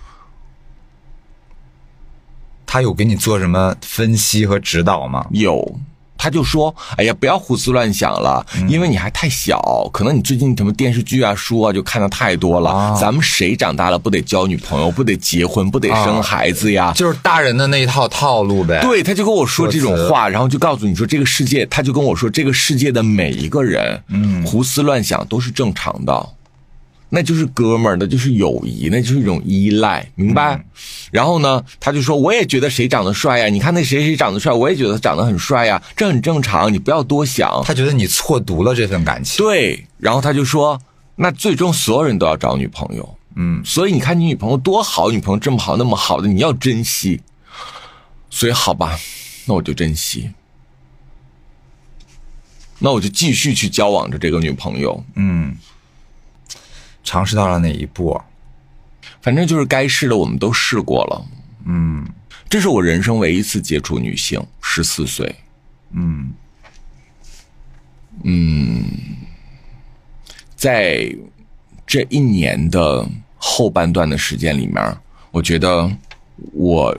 他有给你做什么分析和指导吗？ 有，他就说哎呀不要胡思乱想了、嗯、因为你还太小，可能你最近什么电视剧啊书啊就看得太多了、啊、咱们谁长大了不得交女朋友，不得结婚，不得生孩子呀、啊、 就是大人的那一套套路呗。 对，他就跟我说这种话，然后就告诉你说这个世界，他就跟我说这个世界的每一个人嗯，胡思乱想都是正常的，那就是哥们儿，那就是友谊，那就是一种依赖，明白、嗯、然后呢他就说我也觉得谁长得帅呀，你看那谁谁长得帅，我也觉得他长得很帅呀，这很正常，你不要多想。 他觉得你错读了这份感情。 对，然后他就说那最终所有人都要找女朋友，嗯，所以你看你女朋友多好，女朋友这么好那么好的，你要珍惜。所以好吧，那我就珍惜，那我就继续去交往着这个女朋友。嗯， 尝试到了哪一步？ 反正就是该试的我们都试过了。嗯，这是我人生唯一一次接触女性，十四岁。嗯嗯，在这一年的后半段的时间里面，我觉得我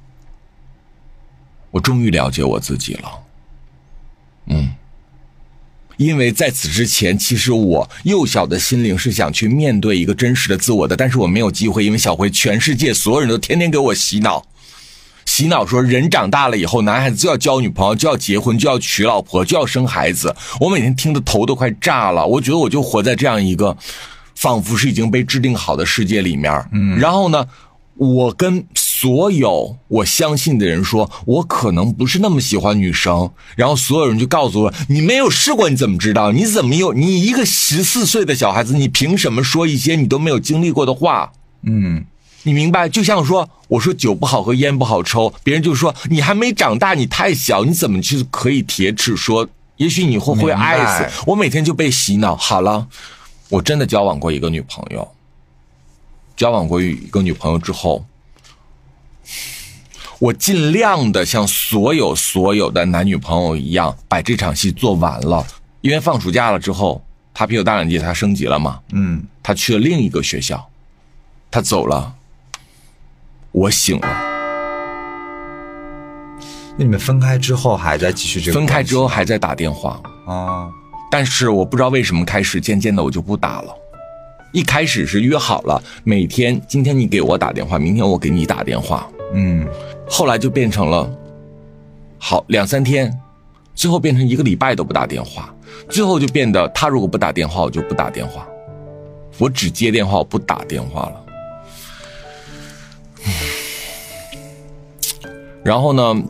我终于了解我自己了。嗯。因为在此之前，其实我幼小的心灵是想去面对一个真实的自我的，但是我没有机会，因为小辉全世界所有人都天天给我洗脑，洗脑说人长大了以后，男孩子就要交女朋友，就要结婚，就要娶老婆，就要生孩子。我每天听的头都快炸了，我觉得我就活在这样一个仿佛是已经被制定好的世界里面。嗯，然后呢，我跟所有我相信的人说我可能不是那么喜欢女生，然后所有人就告诉我你没有试过你怎么知道，你怎么有你一个十四岁的小孩子，你凭什么说一些你都没有经历过的话？嗯，你明白？就像说我说酒不好喝烟不好抽，别人就说你还没长大，你太小，你怎么就可以铁齿说也许你会会爱死。我每天就被洗脑。好了，我真的交往过一个女朋友，交往过一个女朋友之后，我尽量的像所有所有的男女朋友一样把这场戏做完了， 因为放暑假了之后，他比我大两届，他升级了嘛， 嗯， 他去了另一个学校，他走了，我醒了。 那你们分开之后还在继续这个？ 分开之后还在打电话啊， 但是我不知道为什么开始渐渐的我就不打了。一开始是约好了，每天今天你给我打电话，明天我给你打电话， 嗯， 后来就变成了好两三天，最后变成一个礼拜都不打电话，最后就变得他如果不打电话我就不打电话，我只接电话我不打电话了。然后呢，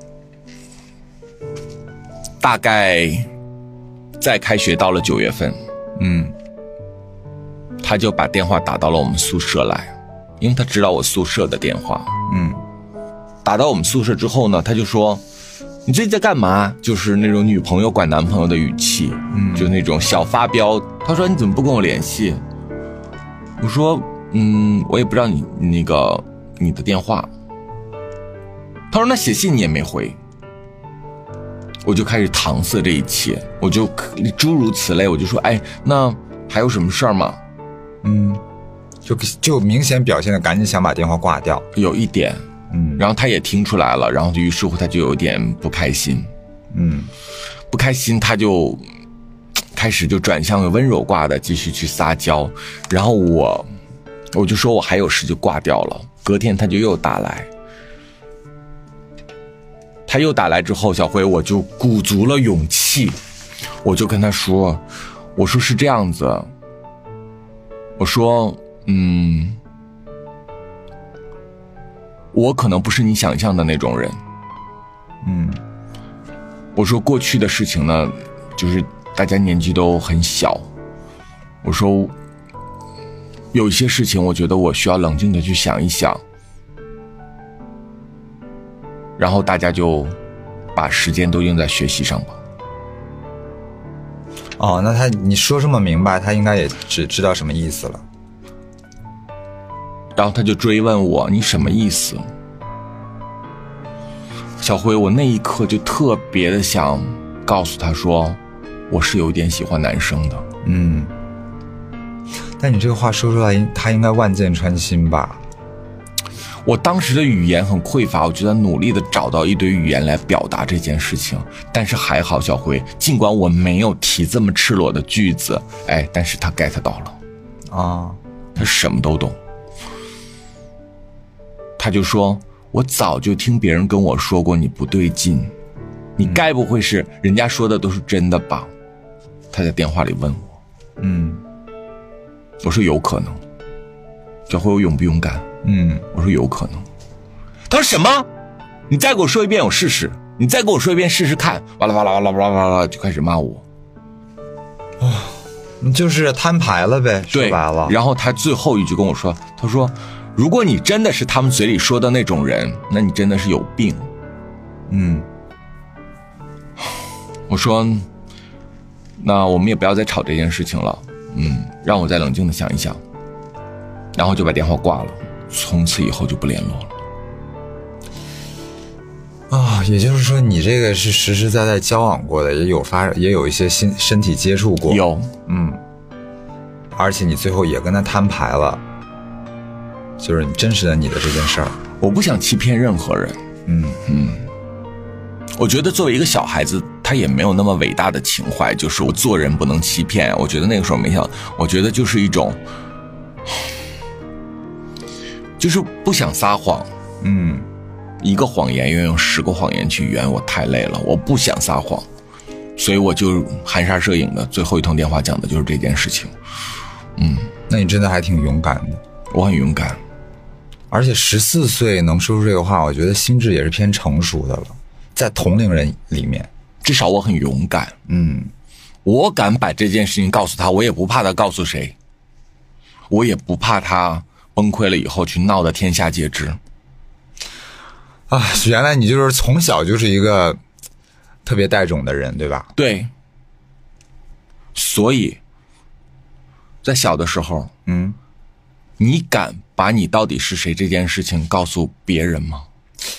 大概在开学到了九月份， 嗯， 他就把电话打到了我们宿舍来，因为他知道我宿舍的电话。 嗯， 打到我们宿舍之后呢，他就说你最近在干嘛，就是那种女朋友管男朋友的语气，嗯，就那种小发飙。他说你怎么不跟我联系？我说嗯，我也不知道你那个你的电话。他说那写信你也没回。我就开始搪塞这一切，我就诸如此类，我就说哎，那还有什么事儿吗？ 嗯，就就明显表现的赶紧想把电话挂掉， 有一点，嗯，然后他也听出来了，然后于是乎他就有点不开心， 嗯， 不开心他就开始就转向温柔挂的继续去撒娇，然后我我就说我还有事就挂掉了，隔天他就又打来。他又打来之后，小辉我就鼓足了勇气，我就跟他说，我说是这样子，我说嗯，我可能不是你想象的那种人， 嗯， 我说过去的事情呢，就是大家年纪都很小，我说有一些事情我觉得我需要冷静的去想一想，然后大家就把时间都用在学习上吧。 哦，那他你说这么明白，他应该也只知道什么意思了。 然后他就追问我你什么意思？小辉，我那一刻就特别的想告诉他说，我是有一点喜欢男生的。 嗯，但你这个话说出来，他应该万箭穿心吧？ 我当时的语言很匮乏，我就在努力的找到一堆语言来表达这件事情，但是还好小辉，尽管我没有提这么赤裸的句子，哎，但是他 get 到了啊， 他什么都懂。他就说我早就听别人跟我说过你不对劲，你该不会是人家说的都是真的吧？他在电话里问我。 嗯， 我说有可能。小辉，我勇不勇敢？ 嗯， 我说有可能。他说什么？你再给我说一遍我试试，你再给我说一遍试试看。哇啦哇啦哇啦哇啦哇啦就开始骂我。 啊，就是摊牌了呗，说白了。 然后他最后一句跟我说，他说如果你真的是他们嘴里说的那种人，那你真的是有病。 嗯， 我说那我们也不要再吵这件事情了，嗯，让我再冷静的想一想，然后就把电话挂了，从此以后就不联络了。 啊，也就是说你这个是实实在在交往过的，也有发也有一些身身体接触过， 有， 嗯，而且你最后也跟他摊牌了，就是你真实的你的这件事儿。 我不想欺骗任何人， 嗯嗯，我觉得作为一个小孩子，他也没有那么伟大的情怀，就是我做人不能欺骗。我觉得那个时候没想，我觉得就是一种，就是不想撒谎， 嗯。 一个谎言要用十个谎言去圆，我太累了，我不想撒谎，所以我就含沙射影的最后一通电话讲的就是这件事情。嗯， 那你真的还挺勇敢的。 我很勇敢， 而且十四岁能说出这个话，我觉得心智也是偏成熟的了，在同龄人里面， 至少我很勇敢。 嗯， 我敢把这件事情告诉他，我也不怕他告诉谁，我也不怕他崩溃了以后去闹得天下皆知。 啊，原来你就是从小就是一个特别带种的人，对吧？ 对。所以，在小的时候， 嗯， 你敢把你到底是谁这件事情告诉别人吗？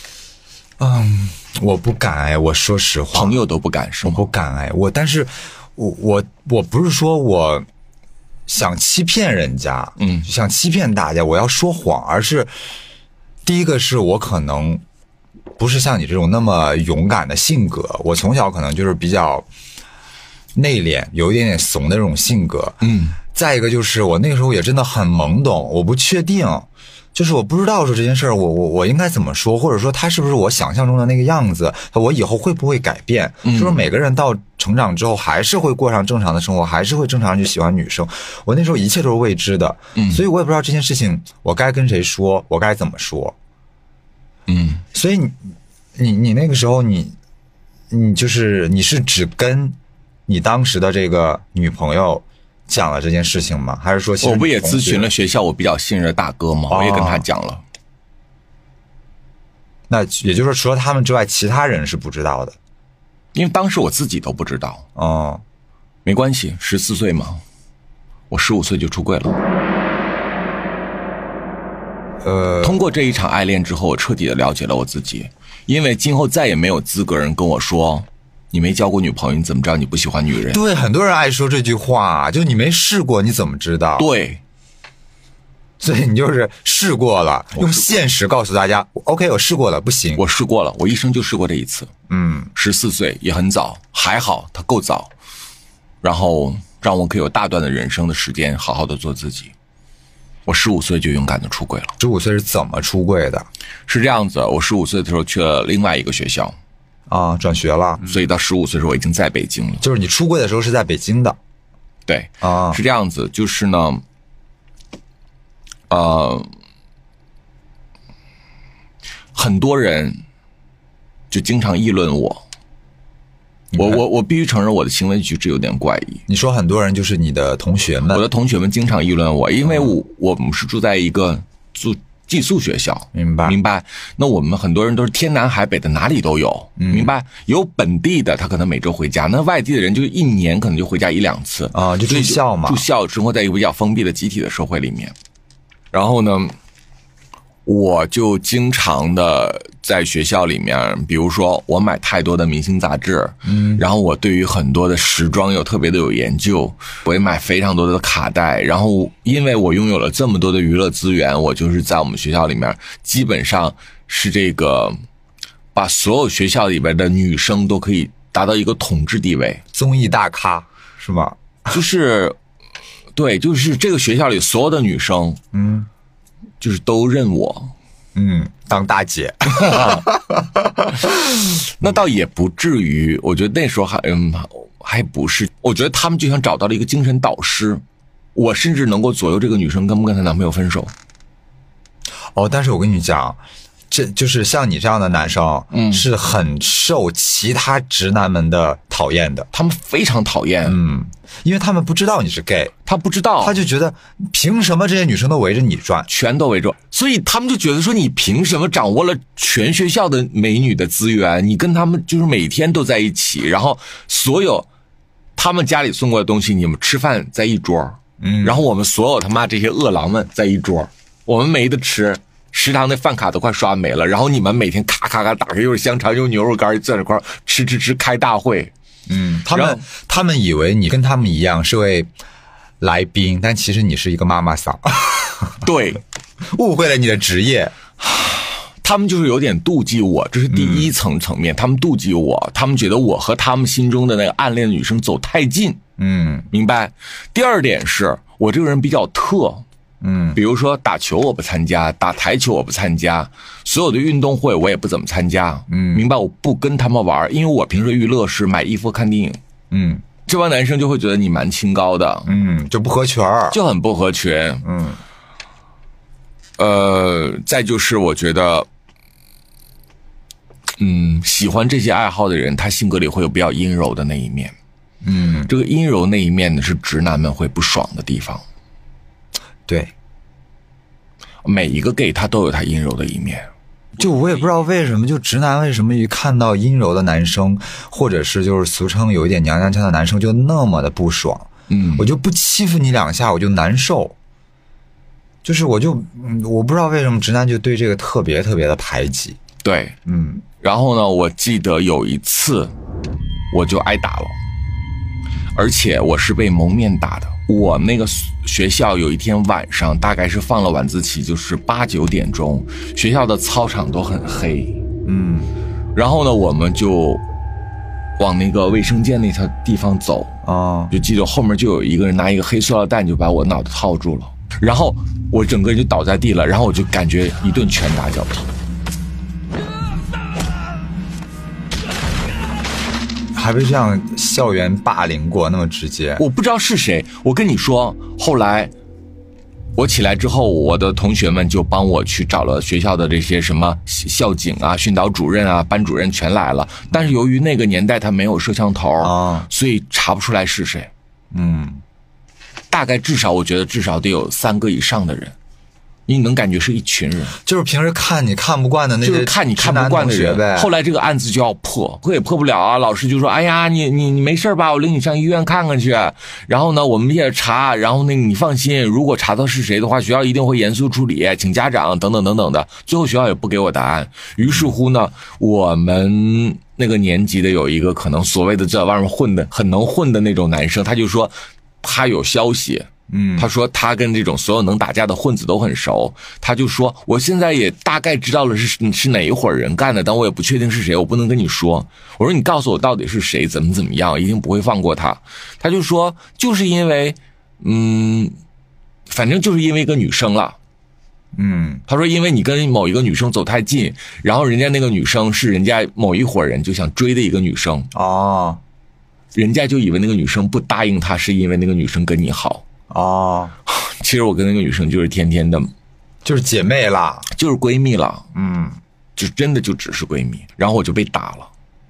嗯，我不敢哎，我说实话， 朋友都不敢是吗？ 我不敢哎，我但是我我我不是说我想欺骗人家， 嗯， 想欺骗大家，我要说谎，而是第一个是我可能不是像你这种那么勇敢的性格，我从小可能就是比较内敛，有一点点怂的这种性格， 嗯。 再一个就是我那个时候也真的很懵懂，我不确定，就是我不知道说这件事儿我我我应该怎么说，或者说他是不是我想象中的那个样子，我以后会不会改变？嗯，就是每个人到成长之后还是会过上正常的生活，还是会正常去喜欢女生。我那时候一切都是未知的，嗯，所以我也不知道这件事情我该跟谁说，我该怎么说。嗯，所以你你你那个时候你你就是你是只跟你当时的这个女朋友讲了这件事情吗？还是说其实我不也咨询了学校我比较信任的大哥吗？哦，我也跟他讲了。 那也就是说除了他们之外其他人是不知道的？ 因为当时我自己都不知道。 哦， 没关系，十四岁嘛，我十五岁就出柜了。 呃， 通过这一场爱恋之后，我彻底的了解了我自己，因为今后再也没有资格人跟我说你没交过女朋友，你怎么知道你不喜欢女人？ 对，很多人爱说这句话，就你没试过你怎么知道？ 对， 所以你就是试过了，用现实告诉大家 OK 我试过了，不行， 我试过了，我一生就试过这一次。 嗯， 十四岁也很早，还好他够早，然后让我可以有大段的人生的时间好好的做自己。我十五岁就勇敢的出柜了。 十五岁是怎么出柜的？ 是这样子，我十五岁的时候去了另外一个学校啊，转学了， 所以到十五岁的时候我已经在北京了。 就是你出柜的时候是在北京的？ 对啊， 是这样子，就是呢，呃，很多人就经常议论我。我我我必须承认我的行为举止有点怪异。 你说很多人就是你的同学们？ 我的同学们经常议论我，因为我、嗯、我们是住在一个住寄宿学校， 明白明白？那我们很多人都是天南海北的，哪里都有，嗯、明白？有本地的，他可能每周回家；那外地的人就一年可能就回家一两次啊，就住校嘛， 住校生活在一个比较封闭的集体的社会里面。然后呢，我就经常的在学校里面，比如说我买太多的明星杂志，嗯，然后我对于很多的时装又特别的有研究，我也买非常多的卡带，然后因为我拥有了这么多的娱乐资源，我就是在我们学校里面基本上是这个把所有学校里边的女生都可以达到一个统治地位， 综艺大咖是吗？ 就是对，就是这个学校里所有的女生，嗯，就是都认我。 嗯，当大姐， 那倒也不至于。我觉得那时候还嗯还不是，我觉得他们就像找到了一个精神导师，我甚至能够左右这个女生跟不跟她男朋友分手。 哦，但是我跟你讲，这就是像你这样的男生，嗯，是很受其他直男们的讨厌的， 他们非常讨厌， 嗯，因为他们不知道你是 gay， 他不知道， 他就觉得凭什么这些女生都围着你转， 全都围着，所以他们就觉得说你凭什么掌握了全学校的美女的资源，你跟他们就是每天都在一起，然后所有他们家里送过的东西，你们吃饭在一桌，嗯，然后我们所有他妈这些饿狼们在一桌，我们没得吃。食堂的饭卡都快刷没了，然后你们每天咔咔咔打开又是香肠又牛肉干，在这块吃吃吃开大会。 嗯，他们他们以为你跟他们一样是位来宾，但其实你是一个妈妈桑。 对， 误会了你的职业。 他们就是有点妒忌我，这是第一层层面，嗯、他们妒忌我，他们觉得我和他们心中的那个暗恋的女生走太近。嗯，明白。第二点是我这个人比较特。嗯，比如说打球我不参加，打台球我不参加，所有的运动会我也不怎么参加。嗯，明白？我不跟他们玩，因为我平时娱乐是买衣服看电影。嗯，这帮男生就会觉得你蛮清高的。 嗯，就不合群， 就很不合群。嗯，呃，再就是我觉得，嗯，喜欢这些爱好的人，他性格里会有比较阴柔的那一面。嗯，这个阴柔那一面呢，是直男们会不爽的地方。 对， 每一个 gay 他都有他阴柔的一面， 就我也不知道为什么，就直男为什么一看到阴柔的男生，或者是就是俗称有一点娘娘腔的男生，就那么的不爽。嗯，我就不欺负你两下我就难受，就是我就我不知道为什么直男就对这个特别特别的排挤。 对，嗯，然后呢，我记得有一次我就挨打了。 而且我是被蒙面打的。我那个学校有一天晚上，大概是放了晚自习，就是八九点钟，学校的操场都很黑， 嗯， 然后呢，我们就往那个卫生间那条地方走， 哦， 就记得后面就有一个人拿一个黑塑料袋就把我脑袋套住了，然后我整个人就倒在地了，然后我就感觉一顿拳打脚踢。 还被这样校园霸凌过，那么直接？ 我不知道是谁。我跟你说，后来我起来之后，我的同学们就帮我去找了学校的这些什么校警啊、训导主任啊、班主任全来了。但是由于那个年代他没有摄像头啊，所以查不出来是谁。 嗯， 大概至少我觉得至少得有三个以上的人。你能感觉是一群人， 就是平时看你看不惯的那些， 就是看你看不惯的人呗。后来这个案子就要破，破也破不了啊。老师就说：“哎呀，你你你没事吧？我领你上医院看看去。然后呢，我们也查。然后那个你放心，如果查到是谁的话，学校一定会严肃处理，请家长等等等等的。”最后学校也不给我答案。于是乎呢，我们那个年级的有一个可能所谓的在外面混的很能混的那种男生，他就说他有消息。嗯，他说他跟这种所有能打架的混子都很熟，他就说我现在也大概知道了是是哪一伙人干的，但我也不确定是谁，我不能跟你说。我说你告诉我到底是谁，怎么怎么样，一定不会放过他。他就说就是因为，嗯，反正就是因为一个女生了。 嗯， 他说因为你跟某一个女生走太近，然后人家那个女生是人家某一伙人就想追的一个女生哦， 人家就以为那个女生不答应他是因为那个女生跟你好。 哦， 其实我跟那个女生就是天天的， 就是姐妹啦， 就是闺蜜了， 嗯， 就真的就只是闺蜜，然后我就被打了，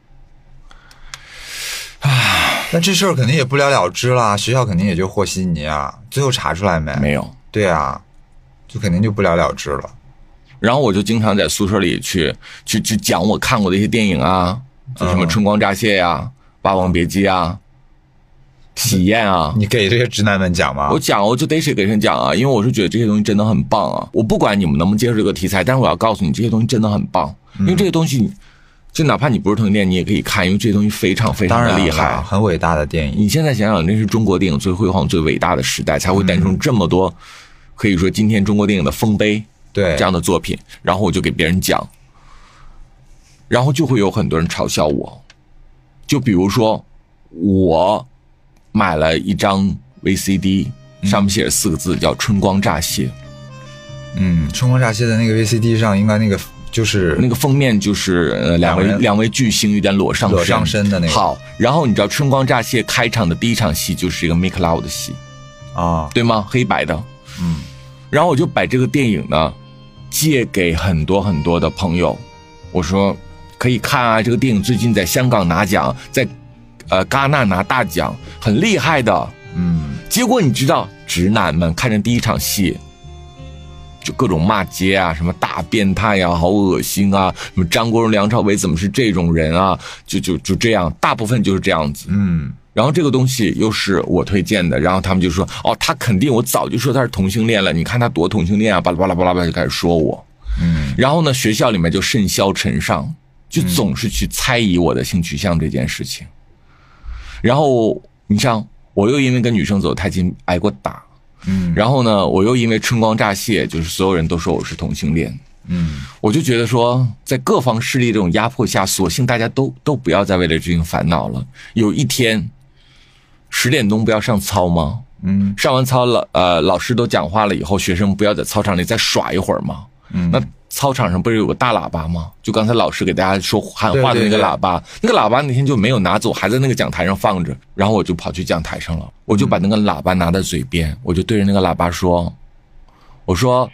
唉， 那这事儿肯定也不了了之啦，学校肯定也就和稀泥啊，最后查出来没？ 没有， 对啊，就肯定就不了了之了。 然后我就经常在宿舍里去去去讲我看过的一些电影啊，就什么《春光乍泄》呀，《霸王别姬》啊。体验啊， 你给这些直男们讲吗？ 我讲，我就得谁给谁讲啊，因为我是觉得这些东西真的很棒啊。我不管你们能不能接受这个题材，但是我要告诉你，这些东西真的很棒，因为这些东西，就哪怕你不是同性恋，你也可以看，因为这些东西非常非常的厉害， 很伟大的电影。 你现在想想，那是中国电影最辉煌、最伟大的时代，才会诞生这么多，可以说今天中国电影的丰碑， 对这样的作品。然后我就给别人讲，然后就会有很多人嘲笑我，就比如说我。买了一张 V C D， 上面写着四个字叫春光乍泄。 嗯，春光乍泄的那个 V C D 上应该那个就是那个封面就是呃两位两位巨星有点裸上身裸上身的那个。 好，然后你知道春光乍泄开场的第一场戏就是一个 make love 的戏啊， 对吗？黑白的。 嗯， 然后我就把这个电影呢借给很多很多的朋友，我说可以看啊，这个电影最近在香港拿奖，在呃，戛纳拿大奖，很厉害的。 嗯， 结果你知道，直男们看着第一场戏，就各种骂街啊，什么大变态啊，好恶心啊，什么张国荣、梁朝伟怎么是这种人啊？就就就这样，大部分就是这样子。 嗯， 然后这个东西又是我推荐的，然后他们就说，哦，他肯定，我早就说他是同性恋了，你看他多同性恋啊，巴拉巴拉巴拉巴拉就开始说我。 嗯， 然后呢，学校里面就甚嚣尘上，就总是去猜疑我的性取向这件事情。然后你像我又因为跟女生走太近挨过打， 嗯， 然后呢我又因为春光乍泄，就是所有人都说我是同性恋， 嗯， 我就觉得说在各方势力这种压迫下，索性大家都都不要再为了这情烦恼了。有一天十点钟不要上操吗？ 嗯， 上完操了，呃，老师都讲话了以后，学生不要在操场里再耍一会儿吗？ 嗯， 那操场上不是有个大喇叭吗？就刚才老师给大家说喊话的那个喇叭，对对对，那个喇叭那天就没有拿走，还在那个讲台上放着。然后我就跑去讲台上了，我就把那个喇叭拿在嘴边，嗯、我就对着那个喇叭说：“我说，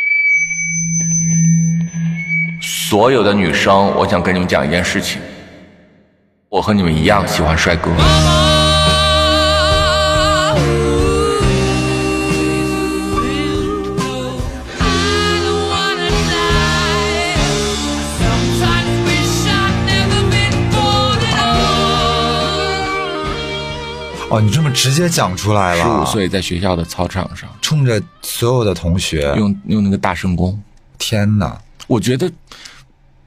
所有的女生，我想跟你们讲一件事情，我和你们一样喜欢帅哥。” 哦，你这么直接讲出来了。 十五岁在学校的操场上， 冲着所有的同学用用那个大声公。 天哪！ 我觉得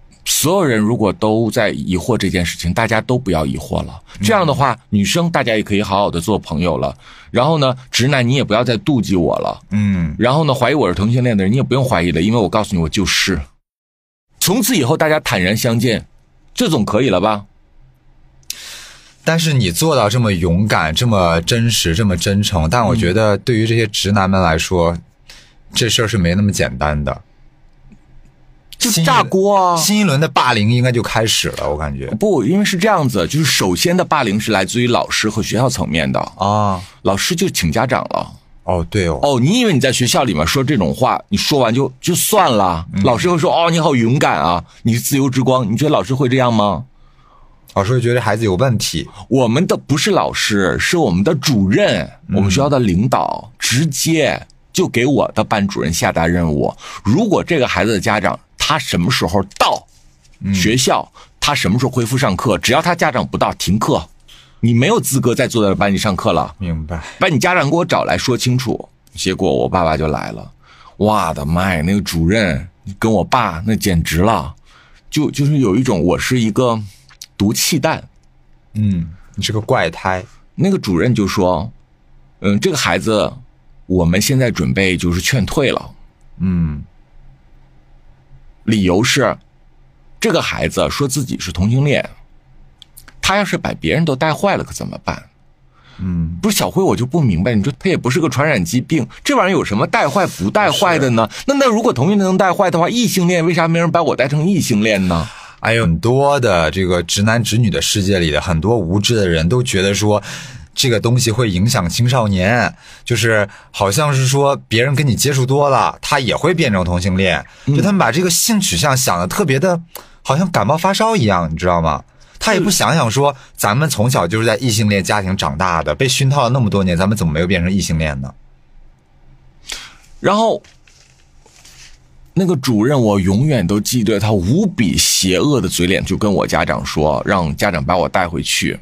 所有人如果都在疑惑这件事情，大家都不要疑惑了。这样的话，嗯、女生大家也可以好好的做朋友了。然后呢，直男你也不要再妒忌我了。嗯。然后呢，怀疑我是同性恋的人，你也不用怀疑了，因为我告诉你，我就是。从此以后，大家坦然相见，这总可以了吧？ 但是你做到这么勇敢、这么真实、这么真诚，但我觉得对于这些直男们来说，嗯、这事儿是没那么简单的。 就炸锅啊！ 新一轮的霸凌应该就开始了，我感觉。 不，因为是这样子，就是首先的霸凌是来自于老师和学校层面的啊，老师就请家长了。 哦，对哦。 哦，你以为你在学校里面说这种话，你说完就就算了，嗯、老师会说哦，你好勇敢啊，你是自由之光。你觉得老师会这样吗？ 老师会觉得孩子有问题。 我们的不是老师，是我们的主任，嗯、我们学校的领导直接就给我的班主任下达任务：如果这个孩子的家长他什么时候到学校，嗯、他什么时候恢复上课，只要他家长不到，停课，你没有资格再坐在班里上课了。 明白？ 把你家长给我找来说清楚。结果我爸爸就来了，哇的妈呀，那个主任跟我爸那简直了，就就是有一种我是一个毒气弹， 嗯，你是个怪胎。 那个主任就说，嗯，这个孩子我们现在准备就是劝退了，嗯，理由是这个孩子说自己是同性恋，他要是把别人都带坏了可怎么办？嗯，不是小辉，我就不明白，你说他也不是个传染疾病，这玩意儿有什么带坏不带坏的呢？那那如果同性恋能带坏的话，异性恋为啥没人把我带成异性恋呢？ 还有很多的这个直男直女的世界里的很多无知的人都觉得说这个东西会影响青少年，就是好像是说别人跟你接触多了他也会变成同性恋，就他们把这个性取向想的特别的好像感冒发烧一样，你知道吗？他也不想想说咱们从小就是在异性恋家庭长大的，被熏陶了那么多年，咱们怎么没有变成异性恋呢？ 然后那个主任我永远都记得他无比邪恶的嘴脸，就跟我家长说让家长把我带回去，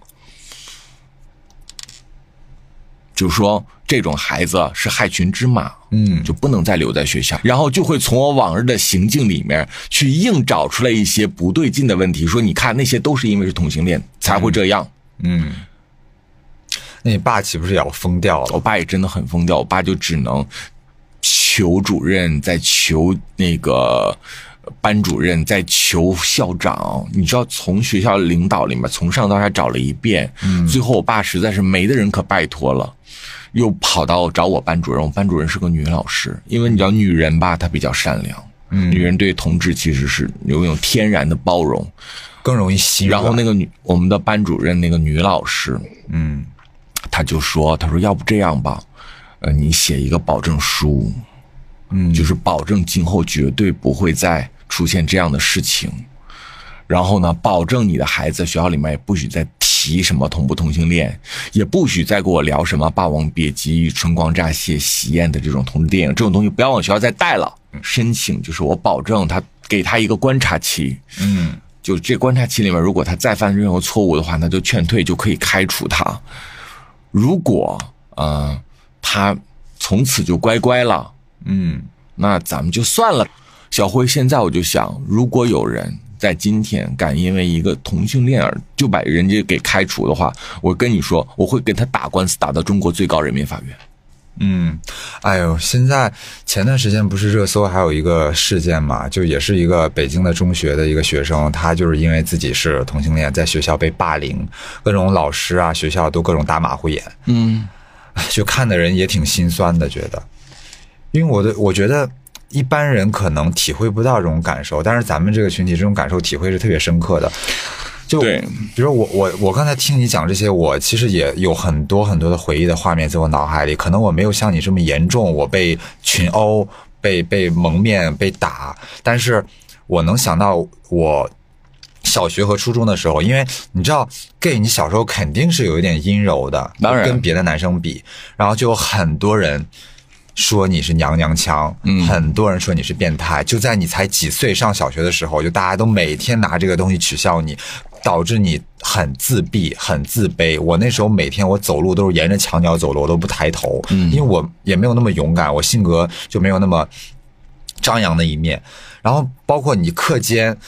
就说这种孩子是害群之马，嗯，就不能再留在学校，然后就会从我往日的行径里面去硬找出来一些不对劲的问题，说你看那些都是因为是同性恋才会这样。嗯，嗯， 那你爸岂不是也要疯掉了？ 我爸也真的很疯掉，我爸就只能求主任，再求那个班主任，再求校长，你知道从学校领导里面从上到下找了一遍，嗯，最后我爸实在是没的人可拜托了，又跑到找我班主任，我班主任是个女老师，因为你知道女人吧，她比较善良，嗯，女人对同志其实是有一种天然的包容， 更容易心软。 然后那个女我们的班主任那个女老师，嗯，她就说，她说要不这样吧，呃，你写一个保证书，嗯，就是保证今后绝对不会再出现这样的事情，然后呢，保证你的孩子学校里面也不许再提什么同不同性恋，也不许再跟我聊什么《霸王别姬》《春光乍泄》《喜宴》的这种同志电影，这种东西不要往学校再带了。申请就是我保证他给他一个观察期，嗯，就这观察期里面，如果他再犯任何错误的话，那就劝退，就可以开除他。如果呃他从此就乖乖了，嗯，那咱们就算了。小辉，现在我就想，如果有人在今天敢因为一个同性恋而就把人家给开除的话，我跟你说，我会跟他打官司打到中国最高人民法院。 嗯，哎呦，现在前段时间不是热搜还有一个事件嘛，就也是一个北京的中学的一个学生，他就是因为自己是同性恋，在学校被霸凌，各种老师啊学校都各种打马虎眼，嗯，就看的人也挺心酸的，觉得，因为我的我觉得一般人可能体会不到这种感受，但是咱们这个群体这种感受体会是特别深刻的。就比如我我我刚才听你讲这些，我其实也有很多很多的回忆的画面在我脑海里，可能我没有像你这么严重，我被群殴、被被蒙面、被打，但是我能想到我小学和初中的时候，因为你知道 gay 你小时候肯定是有一点阴柔的， 当然跟别的男生比，然后就有很多人说你是娘娘腔，嗯，很多人说你是变态，就在你才几岁上小学的时候，就大家都每天拿这个东西取笑你，导致你很自闭很自卑。我那时候每天我走路都是沿着墙角走路，我都不抬头，嗯，因为我也没有那么勇敢，我性格就没有那么张扬的一面。然后包括你课间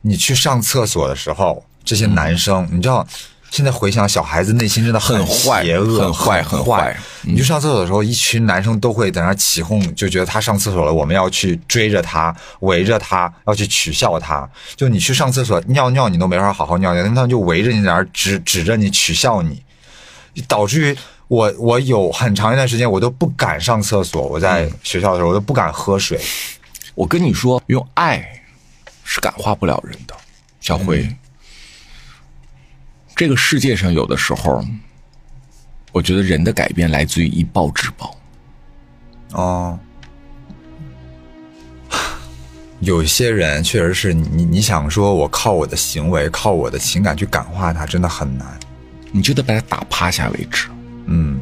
你去上厕所的时候，这些男生，嗯、你知道。现在回想，小孩子内心真的很坏， 邪恶， 很坏，很坏。 你去上厕所的时候，一群男生都会在那起哄，就觉得他上厕所了，我们要去追着他，围着他，要去取笑他。就你去上厕所尿尿，你都没法好好尿尿，他们就围着你在那指指着你取笑你，导致于我我有很长一段时间我都不敢上厕所。我在学校的时候，我都不敢喝水。 我跟你说，用爱是感化不了人的，小辉。嗯，这个世界上有的时候，我觉得人的改变来自于以暴制暴。 哦，有些人确实是你，你想说我靠我的行为，靠我的情感去感化他，真的很难。 你就得把他打趴下为止。 嗯，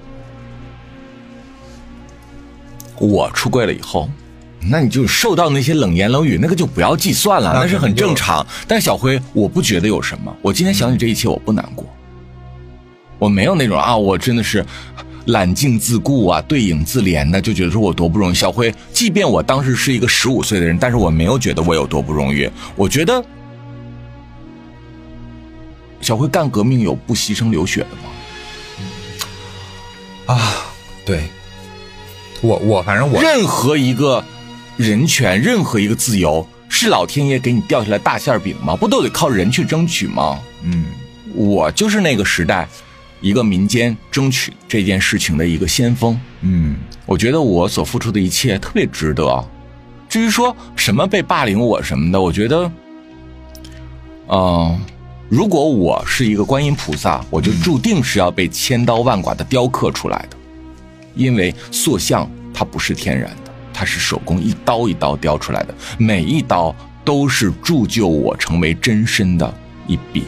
我出柜了以后，那你就受到那些冷言冷语，那个就不要计算了，那是很正常。但是小辉，我不觉得有什么。我今天想起这一切，我不难过。我没有那种啊，我真的是揽镜自顾啊，对影自怜的，就觉得说我多不容易。小辉，即便我当时是一个十五岁的人，但是我没有觉得我有多不容易。我觉得，小辉干革命有不牺牲流血的吗？啊，对，我我反正我任何一个人权，任何一个自由，是老天爷给你掉下来大馅饼吗？不都得靠人去争取吗？ 嗯， 我就是那个时代一个民间争取这件事情的一个先锋。 嗯， 我觉得我所付出的一切特别值得。至于说什么被霸凌我什么的，我觉得，嗯、呃，如果我是一个观音菩萨，我就注定是要被千刀万剐的雕刻出来的，因为塑像它不是天然的，它是手工一刀一刀雕出来的，每一刀都是铸就我成为真身的一笔。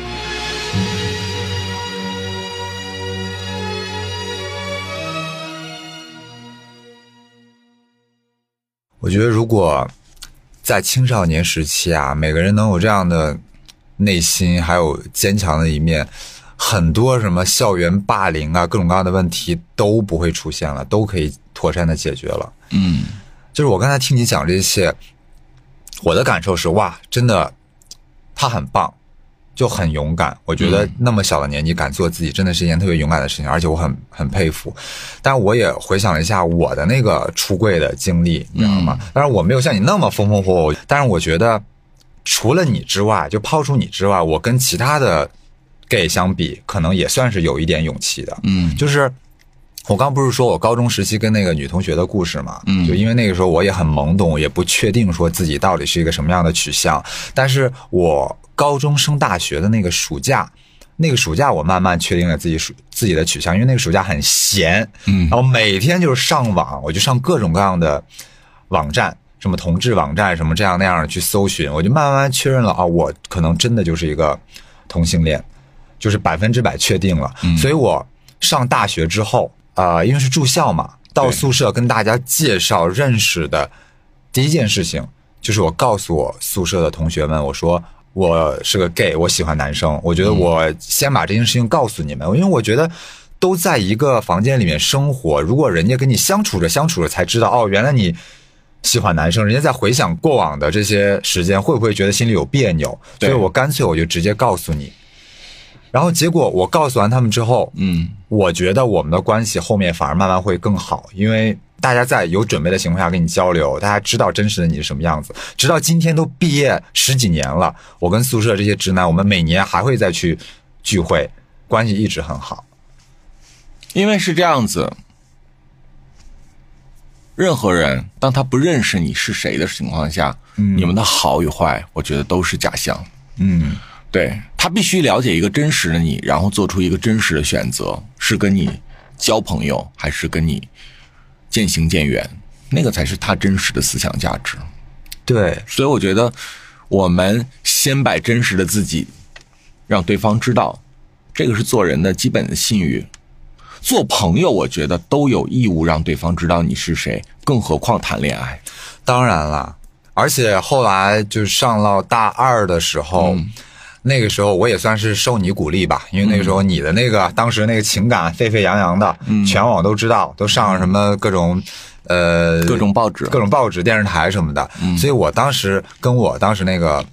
我觉得如果在青少年时期啊，每个人能有这样的内心还有坚强的一面，很多什么校园霸凌啊各种各样的问题都不会出现了，都可以妥善的解决了。 嗯， 就是我刚才听你讲这些，我的感受是哇，真的他很棒，就很勇敢。我觉得那么小的年纪敢做自己，真的是一件特别勇敢的事情，而且我很很佩服。但我也回想了一下我的那个出柜的经历，你知道吗？当然我没有像你那么风风火火，但是我觉得除了你之外，就抛除你之外，我跟其他的 gay 相比，可能也算是有一点勇气的。 嗯， 就是我刚不是说我高中时期跟那个女同学的故事嘛， 嗯， 就因为那个时候我也很懵懂，也不确定说自己到底是一个什么样的取向，但是我高中升大学的那个暑假，那个暑假我慢慢确定了自己自己的取向，因为那个暑假很闲， 嗯， 然后每天就是上网，我就上各种各样的网站，什么同志网站，什么这样那样的去搜寻，我就慢慢确认了啊，我可能真的就是一个同性恋，就是百分之百确定了。 嗯， 所以我上大学之后，呃，因为是住校嘛，到宿舍跟大家介绍认识的第一件事情，就是我告诉我宿舍的同学们，我说我是个 gay， 我喜欢男生。我觉得我先把这件事情告诉你们，因为我觉得都在一个房间里面生活，如果人家跟你相处着相处着才知道，哦，原来你喜欢男生，人家在回想过往的这些时间，会不会觉得心里有别扭？所以我干脆我就直接告诉你。然后结果我告诉完他们之后， 嗯， 我觉得我们的关系后面反而慢慢会更好，因为大家在有准备的情况下跟你交流，大家知道真实的你是什么样子。直到今天都毕业十几年了，我跟宿舍这些直男，我们每年还会再去聚会，关系一直很好。 因为是这样子，任何人当他不认识你是谁的情况下，嗯，你们的好与坏，我觉得都是假象。 嗯， 对，他必须了解一个真实的你，然后做出一个真实的选择，是跟你交朋友还是跟你渐行渐远，那个才是他真实的思想价值。 对， 所以我觉得我们先把真实的自己让对方知道，这个是做人的基本的信誉。做朋友我觉得都有义务让对方知道你是谁，更何况谈恋爱。 当然了，而且后来就上到大二的时候，嗯，那个时候我也算是受你鼓励吧，因为那个时候你的那个，嗯，当时那个情感沸沸扬扬的，嗯，全网都知道，都上什么各种呃各种报纸、 各种报纸、电视台什么的，嗯，所以我当时跟我当时那个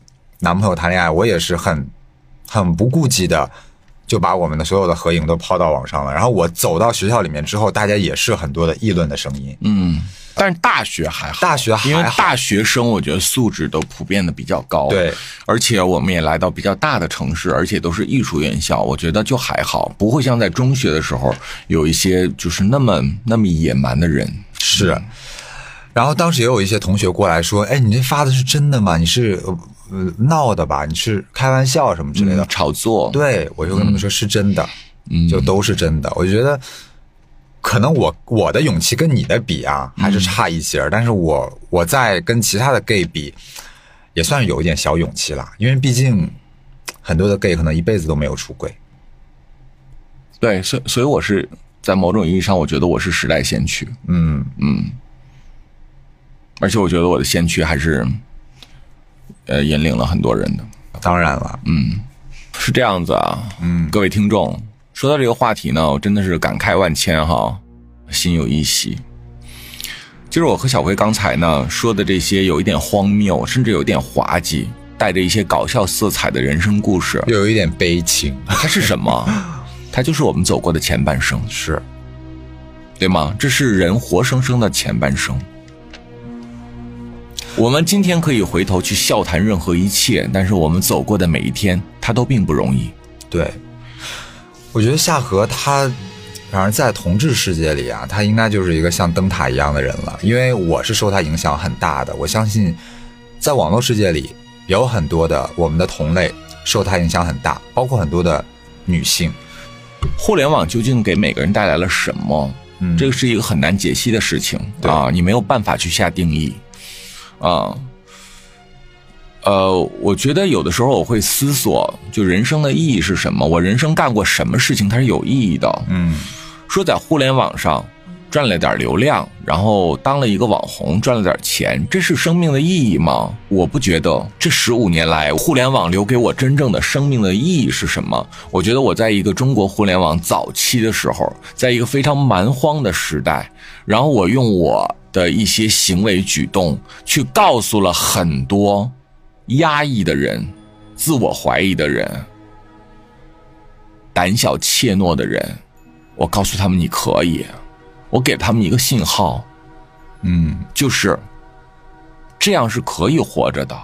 男朋友谈恋爱，我也是很很不顾忌的就把我们的所有的合影都抛到网上了。然后我走到学校里面之后，大家也是很多的议论的声音。 嗯，但是大学还好， 大学还好， 因为大学生我觉得素质都普遍的比较高。 对， 而且我们也来到比较大的城市，而且都是艺术院校，我觉得就还好，不会像在中学的时候有一些就是那么那么野蛮的人。 是。嗯，然后当时也有一些同学过来说，哎，你这发的是真的吗？你是呃闹的吧？你是开玩笑什么之类的， 嗯、炒作。 对，我就跟他们说是真的， 嗯， 就都是真的。我觉得可能我我的勇气跟你的比啊还是差一截，嗯，但是我我在跟其他的 gay 比也算是有一点小勇气啦，因为毕竟很多的 gay 可能一辈子都没有出柜。 对，所以所以我是在某种意义上，我觉得我是时代先驱。 嗯嗯。而且我觉得我的先驱还是，呃，引领了很多人的。 当然了， 嗯，是这样子啊。 嗯， 各位听众，说到这个话题呢，我真的是感慨万千哈，心有一喜。就是我和小辉刚才呢说的这些有一点荒谬，甚至有一点滑稽，带着一些搞笑色彩的人生故事， 又有一点悲情。 它是什么？它就是我们走过的前半生， 是， 对吗？这是人活生生的前半生。我们今天可以回头去笑谈任何一切，但是我们走过的每一天，它都并不容易。 对，我觉得夏荷他，反正在同志世界里啊，他应该就是一个像灯塔一样的人了。因为我是受他影响很大的，我相信，在网络世界里也有很多的我们的同类受他影响很大，包括很多的女性。 互联网究竟给每个人带来了什么？嗯，这个是一个很难解析的事情啊，你没有办法去下定义。啊，呃，我觉得有的时候我会思索，就人生的意义是什么？我人生干过什么事情它是有意义的？ 嗯， 说在互联网上赚了点流量，然后当了一个网红，赚了点钱，这是生命的意义吗？我不觉得。这十五年来，互联网留给我真正的生命的意义是什么？我觉得我在一个中国互联网早期的时候，在一个非常蛮荒的时代，然后我用我的一些行为举动去告诉了很多压抑的人、自我怀疑的人、胆小怯懦的人，我告诉他们你可以，我给他们一个信号， 嗯， 就是这样是可以活着的。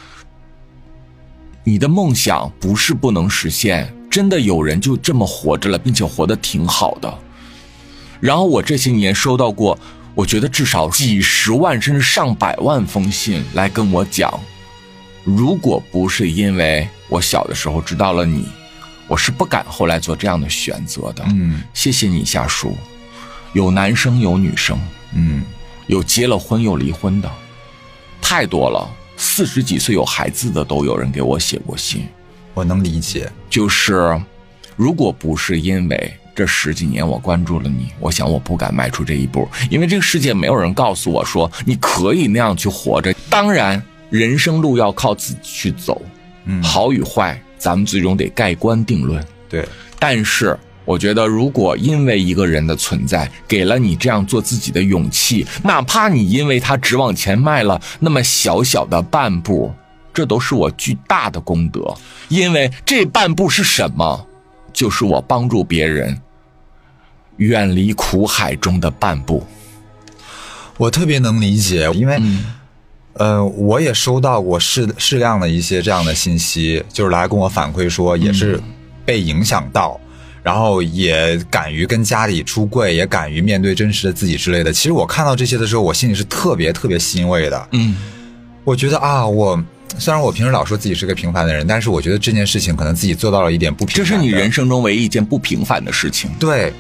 你的梦想不是不能实现，真的有人就这么活着了，并且活得挺好的。然后我这些年收到过我觉得至少几十万甚至上百万封信来跟我讲，如果不是因为我小的时候知道了你，我是不敢后来做这样的选择的。 嗯， 谢谢你夏叔。有男生有女生， 嗯， 有结了婚有离婚的，太多了。四十几岁有孩子的都有人给我写过信。 我能理解， 就是如果不是因为这十几年我关注了你，我想我不敢迈出这一步，因为这个世界没有人告诉我说你可以那样去活着。当然人生路要靠自己去走， 嗯， 好与坏咱们最终得盖棺定论。 对， 但是我觉得如果因为一个人的存在给了你这样做自己的勇气，哪怕你因为他只往前迈了那么小小的半步，这都是我巨大的功德。因为这半步是什么？就是我帮助别人远离苦海中的半步。 我特别能理解，因为、 嗯、 呃，我也收到过适适量的一些这样的信息，就是来跟我反馈说也是被影响到、嗯、然后也敢于跟家里出柜，也敢于面对真实的自己之类的。其实我看到这些的时候，我心里是特别特别欣慰的。 嗯， 我觉得啊，我虽然我平时老说自己是个平凡的人，但是我觉得这件事情可能自己做到了一点不平凡的。 这是你人生中唯一一件不平凡的事情。 对。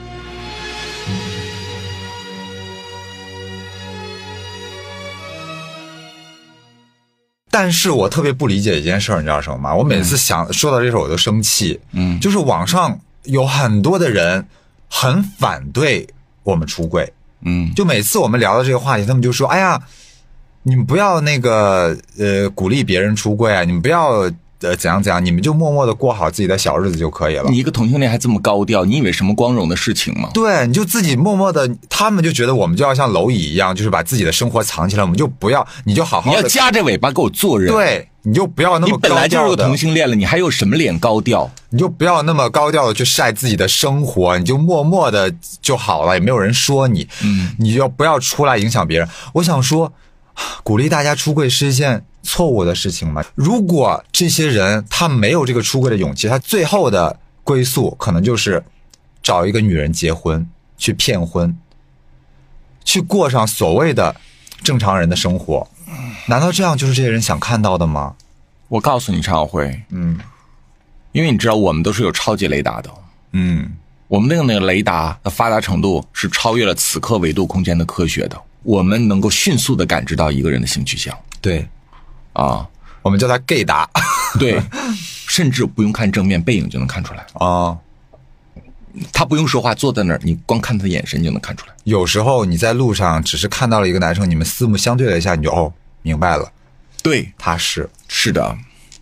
但是我特别不理解一件事儿，你知道什么吗？我每次想、嗯、说到这事儿我都生气。 嗯， 就是网上有很多的人很反对我们出柜。 嗯， 就每次我们聊到这个话题，他们就说：“哎呀，你们不要那个呃鼓励别人出柜啊，你们不要呃怎样怎样，你们就默默的过好自己的小日子就可以了。 你一个同性恋还这么高调，你以为什么光荣的事情吗？ 对，你就自己默默的，他们就觉得我们就要像蝼蚁一样，就是把自己的生活藏起来，我们就不要，你就好好的， 你要夹着尾巴给我做人。 对，你就不要那么高调的， 你本来就是个同性恋了，你还有什么脸高调？ 你就不要那么高调的去晒自己的生活，你就默默的就好了，也没有人说你。嗯，你就不要出来影响别人。我想说，鼓励大家出柜是一件错误的事情吗？如果这些人他没有这个出柜的勇气，他最后的归宿可能就是找一个女人结婚，去骗婚，去过上所谓的正常人的生活。难道这样就是这些人想看到的吗？ 我告诉你，常小辉， 嗯， 因为你知道我们都是有超级雷达的， 嗯， 我们那个那个雷达的发达程度是超越了此刻维度空间的科学的，我们能够迅速的感知到一个人的性取向。 对， 啊， 我们叫他 gay 达， 对，甚至不用看正面，背影就能看出来啊。 他不用说话，坐在那儿，你光看他的眼神就能看出来。 有时候你在路上只是看到了一个男生，你们四目相对了一下，你就哦明白了， 对， 他是是的。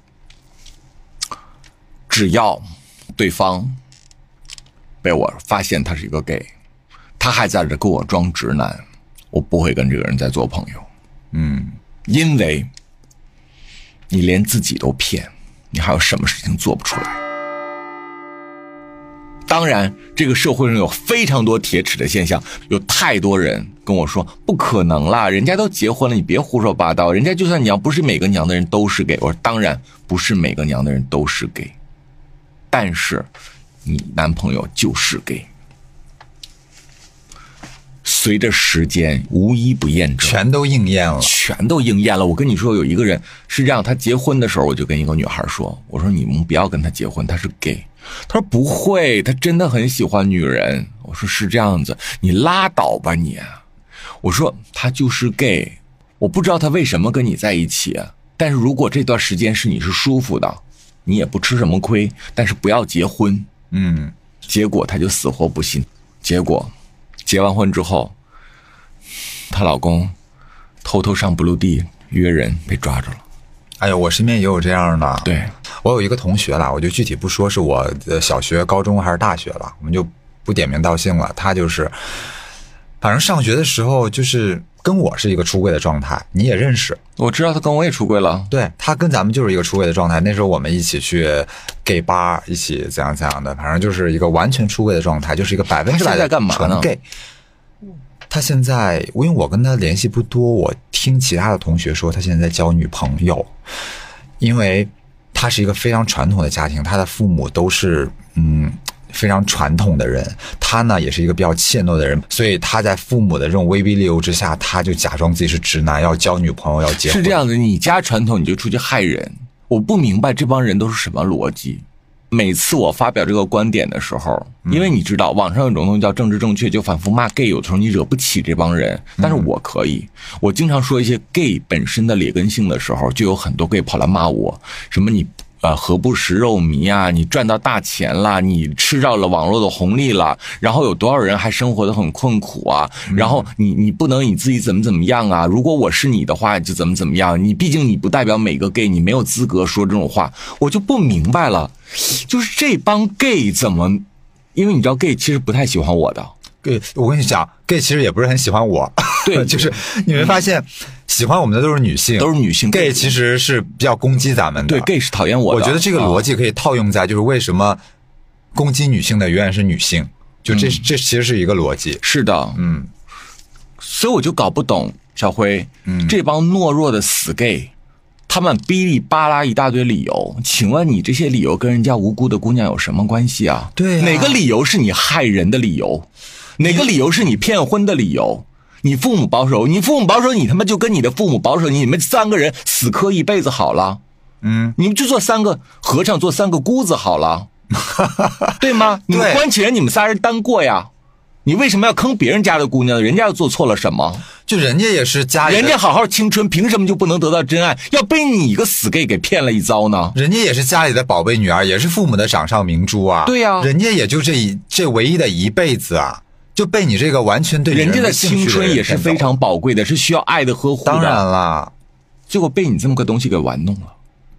只要对方被我发现他是一个 gay， 他还在这跟我装直男，我不会跟这个人再做朋友。 嗯， 因为你连自己都骗，你还有什么事情做不出来？当然，这个社会上有非常多铁齿的现象，有太多人跟我说不可能啦，人家都结婚了，你别胡说八道，人家就算娘，不是每个娘的人都是 gay。我说当然不是每个娘的人都是 gay， 但是你男朋友就是 gay。随着时间无一不验证， 全都应验了， 全都应验了。我跟你说，有一个人是这样，他结婚的时候，我就跟一个女孩说，我说你们不要跟他结婚，他是 gay。他说不会，他真的很喜欢女人。我说是这样子，你拉倒吧你。我说他就是 gay， 我不知道他为什么跟你在一起，但是如果这段时间是你是舒服的，你也不吃什么亏，但是不要结婚。 嗯， 结果他就死活不信，结果结完婚之后，她老公偷偷上 Blue D 约人被抓着了。 哎呦，我身边也有这样的。 对， 我有一个同学啦，我就具体不说是我的小学、高中还是大学了，我们就不点名道姓了。他就是，反正上学的时候就是跟我是一个出柜的状态，你也认识。 我知道他跟我也出柜了。 对，他跟咱们就是一个出柜的状态。那时候我们一起去 gay 吧，一起怎样怎样的，反正就是一个完全出柜的状态，就是一个百分之百的他现在干嘛呢 gay。他现在，因为我跟他联系不多，我听其他的同学说他现在在交女朋友，因为他是一个非常传统的家庭，他的父母都是嗯非常传统的人，他呢也是一个比较怯懦的人，所以他在父母的这种威逼利诱之下，他就假装自己是直男，要交女朋友，要结婚。 是这样的，你家传统你就出去害人，我不明白这帮人都是什么逻辑。每次我发表这个观点的时候，因为你知道网上有种东西叫政治正确，就反复骂 gay， 有的时候你惹不起这帮人，但是我可以，我经常说一些 gay 本身的劣根性的时候，就有很多 gay 跑来骂我，什么你呃何不食肉糜啊，你赚到大钱了，你吃到了网络的红利了，然后有多少人还生活得很困苦啊，然后你你不能你自己怎么怎么样啊，如果我是你的话就怎么怎么样，你毕竟你不代表每个 gay， 你没有资格说这种话。我就不明白了，就是这帮 gay 怎么，因为你知道 gay 其实不太喜欢我的。 gay， 我跟你讲 ，gay 其实也不是很喜欢我。 对， 就是你没发现，喜欢我们的都是女性， 都是女性。 gay 其实是比较攻击咱们的。 对 ，gay 是讨厌我的。 我觉得这个逻辑可以套用在，就是为什么攻击女性的永远是女性，就这、嗯、这其实是一个逻辑。 是的， 嗯， 所以我就搞不懂小辉，嗯，这帮懦弱的死 gay。他们哔哩吧啦一大堆理由，请问你这些理由跟人家无辜的姑娘有什么关系啊？ 对啊， 哪个理由是你害人的理由？哪个理由是你骗婚的理由？你父母保守，你父母保守，你他妈就跟你的父母保守，你们三个人死磕一辈子好了。 嗯， 你们就做三个和尚，做三个姑子好了，对吗？你们关起来，你们仨人单过呀。你为什么要坑别人家的姑娘？人家又做错了什么？ 就人家也是家里， 人家好好青春，凭什么就不能得到真爱？要被你一个死 gay 给骗了一遭呢？ 人家也是家里的宝贝女儿，也是父母的掌上明珠啊。 对呀、啊， 人家也就这一这唯一的一辈子啊，就被你这个完全对人家的青春也是非常宝贵的，是需要爱的呵护的。 当然啦， 结果被你这么个东西给玩弄了。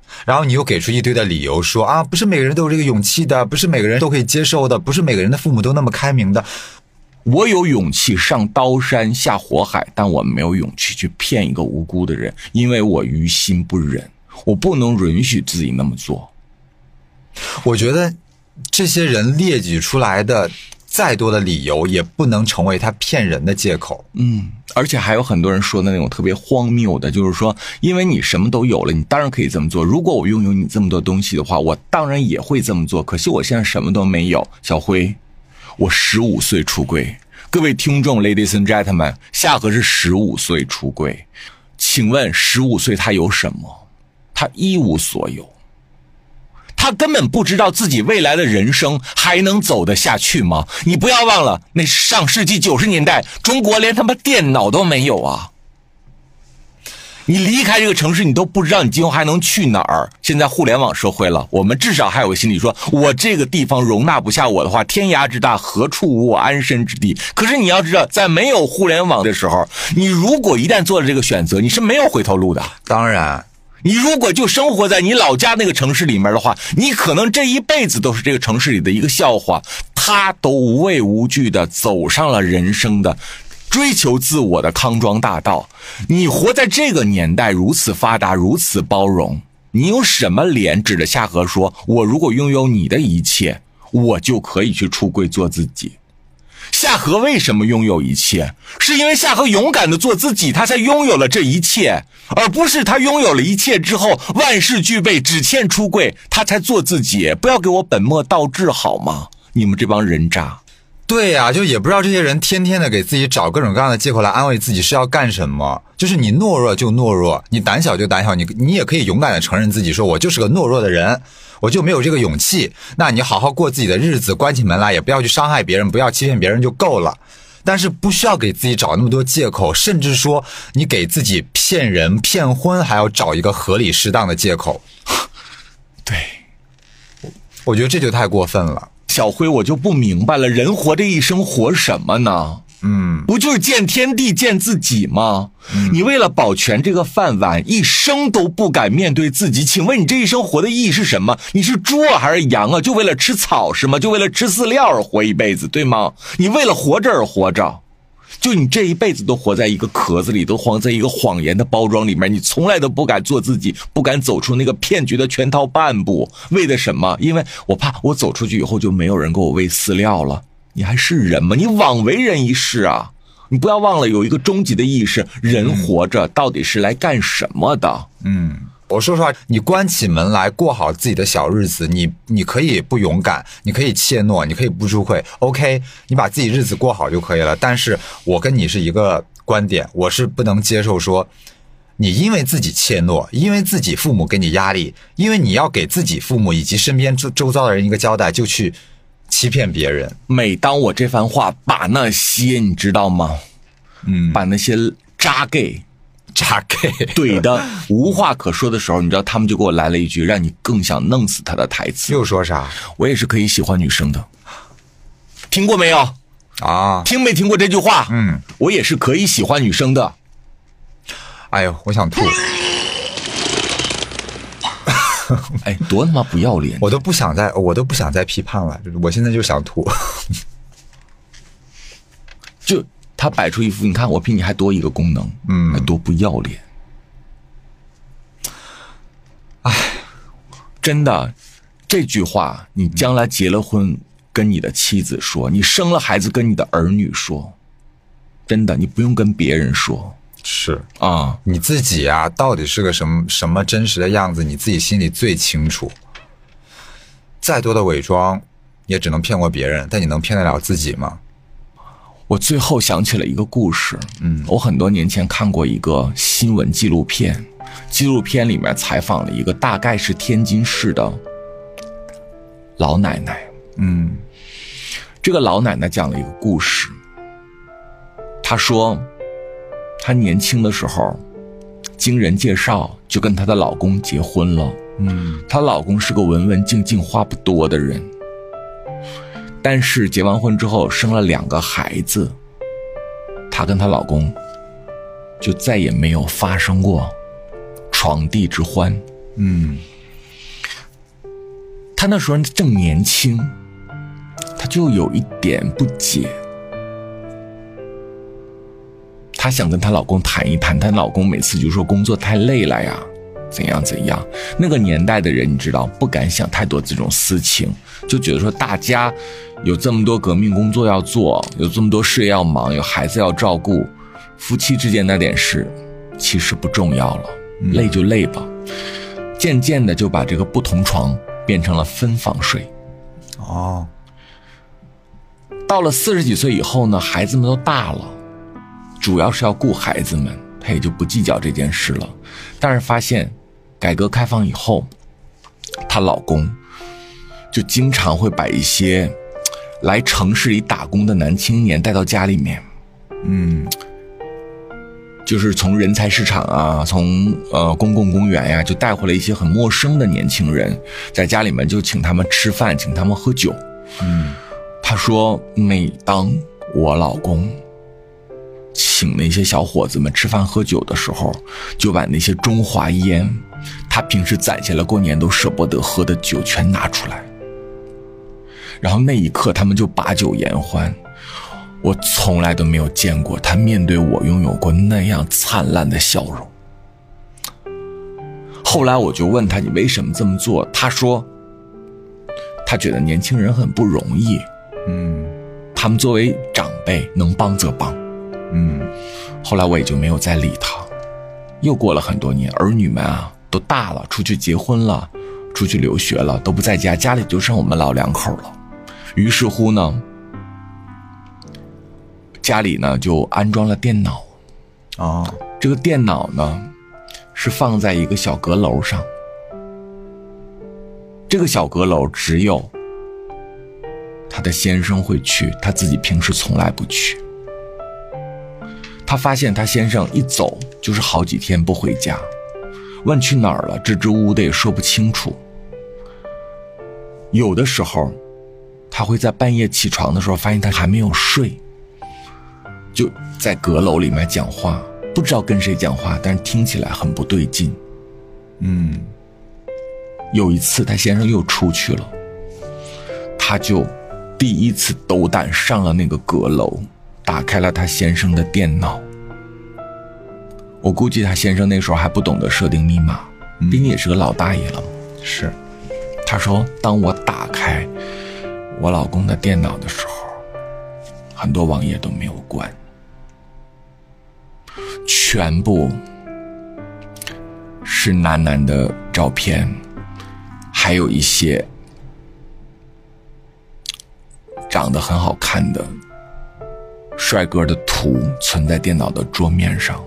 然后你又给出一堆的理由说啊，不是每个人都有这个勇气的，不是每个人都可以接受的，不是每个人的父母都那么开明的。 我有勇气上刀山下火海，但我没有勇气去骗一个无辜的人，因为我于心不忍，我不能允许自己那么做。 我觉得这些人列举出来的再多的理由也不能成为他骗人的借口。 嗯，而且还有很多人说的那种特别荒谬的，就是说因为你什么都有了，你当然可以这么做，如果我拥有你这么多东西的话，我当然也会这么做，可惜我现在什么都没有。小辉，我十五岁出柜，各位听众 ladies and gentlemen， 夏荷是十五岁出柜，请问十五岁他有什么？他一无所有，他根本不知道自己未来的人生还能走得下去吗？你不要忘了，那上世纪九十年代中国连他妈电脑都没有啊！你离开这个城市，你都不知道你今后还能去哪儿。现在互联网社会了，我们至少还有个心理说，我这个地方容纳不下我的话，天涯之大，何处无我安身之地。可是你要知道，在没有互联网的时候，你如果一旦做了这个选择，你是没有回头路的。 当然， 你如果就生活在你老家那个城市里面的话，你可能这一辈子都是这个城市里的一个笑话。他都无畏无惧的走上了人生的追求自我的康庄大道。你活在这个年代如此发达，如此包容，你有什么脸指着夏荷说，我如果拥有你的一切，我就可以去出柜做自己？夏荷为什么拥有一切？是因为夏荷勇敢的做自己，他才拥有了这一切，而不是他拥有了一切之后万事俱备只欠出柜，他才做自己。不要给我本末倒置好吗？你们这帮人渣。 对呀、啊，就也不知道这些人天天的给自己找各种各样的借口来安慰自己是要干什么。就是你懦弱就懦弱，你胆小就胆小，你你也可以勇敢的承认自己，说我就是个懦弱的人，我就没有这个勇气。那你好好过自己的日子，关起门来也不要去伤害别人，不要欺骗别人就够了。但是不需要给自己找那么多借口，甚至说你给自己骗人骗婚还要找一个合理适当的借口。 对， 我觉得这就太过分了。 小辉，我就不明白了，人活这一生活什么呢？嗯，不就是见天地见自己吗？嗯，你为了保全这个饭碗，一生都不敢面对自己。请问你这一生活的意义是什么？你是猪啊还是羊啊？就为了吃草是吗？就为了吃饲料而活一辈子，对吗？你为了活着而活着，就你这一辈子都活在一个壳子里，都活在一个谎言的包装里面，你从来都不敢做自己，不敢走出那个骗局的圈套半步。为的什么？因为我怕我走出去以后就没有人给我喂饲料了。你还是人吗？你枉为人一世啊！你不要忘了有一个终极的意识，人活着到底是来干什么的？ 嗯，我说实话，你关起门来过好自己的小日子，你你可以不勇敢，你可以怯懦，你可以不出柜 ，OK， 你把自己日子过好就可以了。但是我跟你是一个观点，我是不能接受说你因为自己怯懦，因为自己父母给你压力，因为你要给自己父母以及身边周周遭的人一个交代，就去欺骗别人。 每当我这番话把那些你知道吗？嗯，把那些渣 gay 渣 gay 怼的无话可说的时候，你知道他们就给我来了一句让你更想弄死他的台词。 又说啥？ 我也是可以喜欢女生的，听过没有啊？ 听没听过这句话？ 嗯， 我也是可以喜欢女生的。 哎呦，我想吐。 哎，多他妈不要脸！ 我都不想再，我都不想再批判了，我现在就想吐。 就他摆出一副，你看我比你还多一个功能，嗯，还多不要脸。哎，真的，这句话你将来结了婚跟你的妻子说，你生了孩子跟你的儿女说，真的，你不用跟别人说。 是啊， 你自己啊，到底是个什么什么真实的样子，你自己心里最清楚。再多的伪装，也只能骗过别人，但你能骗得了自己吗？ 我最后想起了一个故事，嗯，我很多年前看过一个新闻纪录片，纪录片里面采访了一个大概是天津市的老奶奶，嗯，这个老奶奶讲了一个故事，她说她年轻的时候经人介绍就跟她的老公结婚了，嗯，她老公是个文文静静话不多的人，但是结完婚之后生了两个孩子，她跟她老公就再也没有发生过床笫之欢，嗯， 她那时候正年轻，她就有一点不解。她想跟她老公谈一谈，她老公每次就说工作太累了呀，怎样怎样。那个年代的人你知道，不敢想太多这种私情，就觉得说大家有这么多革命工作要做，有这么多事业要忙，有孩子要照顾，夫妻之间那点事其实不重要了，累就累吧。渐渐的就把这个不同床变成了分房睡。 哦， 到了四十几岁以后呢，孩子们都大了，主要是要顾孩子们，她也就不计较这件事了。但是发现改革开放以后，她老公就经常会把一些来城市里打工的男青年带到家里面， 嗯， 就是从人才市场啊，从呃公共公园呀、啊，就带回来一些很陌生的年轻人，在家里面就请他们吃饭，请他们喝酒。 嗯， 她说每当我老公请那些小伙子们吃饭喝酒的时候，就把那些中华烟，他平时攒下来过年都舍不得喝的酒全拿出来，然后那一刻他们就把酒言欢。我从来都没有见过他面对我拥有过那样灿烂的笑容。后来我就问他，你为什么这么做？他说他觉得年轻人很不容易， 嗯， 他们作为长辈能帮则帮。 嗯， 后来我也就没有再理他。又过了很多年，儿女们啊都大了，出去结婚了，出去留学了，都不在家，家里就剩我们老两口了。于是乎呢，家里呢就安装了电脑。 哦， 这个电脑呢是放在一个小阁楼上，这个小阁楼只有他的先生会去，他自己平时从来不去。他发现他先生一走就是好几天不回家，问去哪儿了，支支吾吾的也说不清楚。有的时候他会在半夜起床的时候发现他还没有睡，就在阁楼里面讲话，不知道跟谁讲话，但是听起来很不对劲。 嗯， 有一次他先生又出去了，他就第一次斗胆上了那个阁楼，打开了他先生的电脑。我估计他先生那时候还不懂得设定密码，毕竟也是个老大爷了嘛。 是， 他说当我打开我老公的电脑的时候，很多网页都没有关，全部是男男的照片，还有一些长得很好看的帅哥的图存在电脑的桌面上。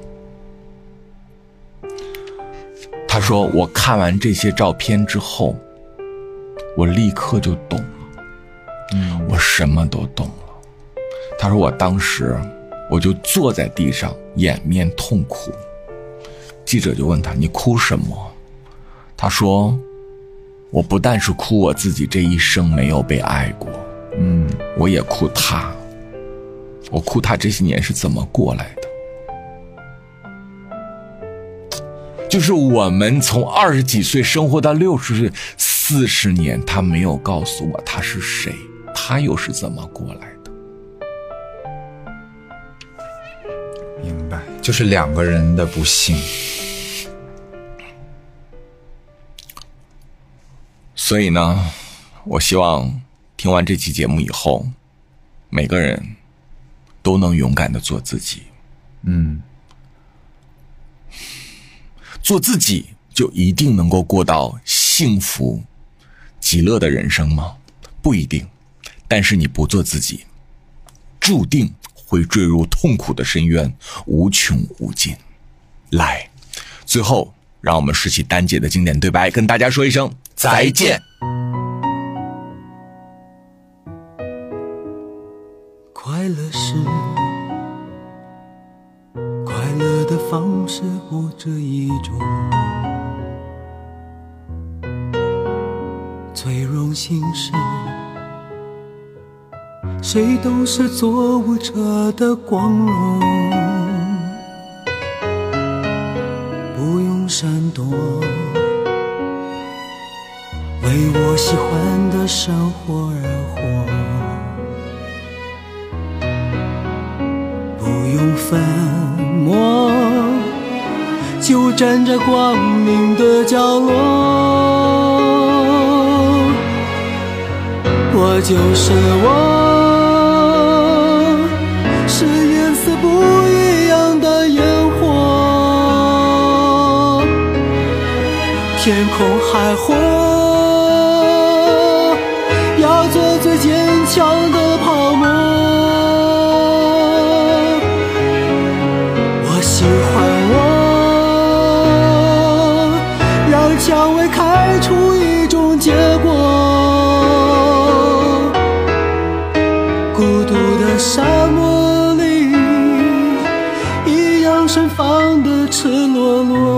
他说我看完这些照片之后，我立刻就懂了，嗯，我什么都懂了。他说我当时我就坐在地上掩面痛哭。记者就问他，你哭什么？他说我不但是哭我自己这一生没有被爱过， 嗯， 我也哭他，我哭他这些年是怎么过来的。就是我们从二十几岁生活到六十岁，四十年，他没有告诉我他是谁，他又是怎么过来的。 明白，就是两个人的不幸。 所以呢，我希望听完这期节目以后，每个人都能勇敢的做自己。 嗯， 做自己就一定能够过到幸福极乐的人生吗？不一定。但是你不做自己，注定会坠入痛苦的深渊，无穷无尽。来，最后让我们拾起丹姐的经典对白，跟大家说一声再见。 快乐是快乐的方式，或者一种最荣幸是谁都是做舞者的光荣，不用闪躲， 为我喜欢的生活而活，不用粉墨，就站在光明的角落。我就是我，是颜色不一样的烟火，天空海阔，要做最坚强的泡沫。我喜欢我，让蔷薇开出一种结果。孤独的沙漠里，一样盛放的赤裸裸。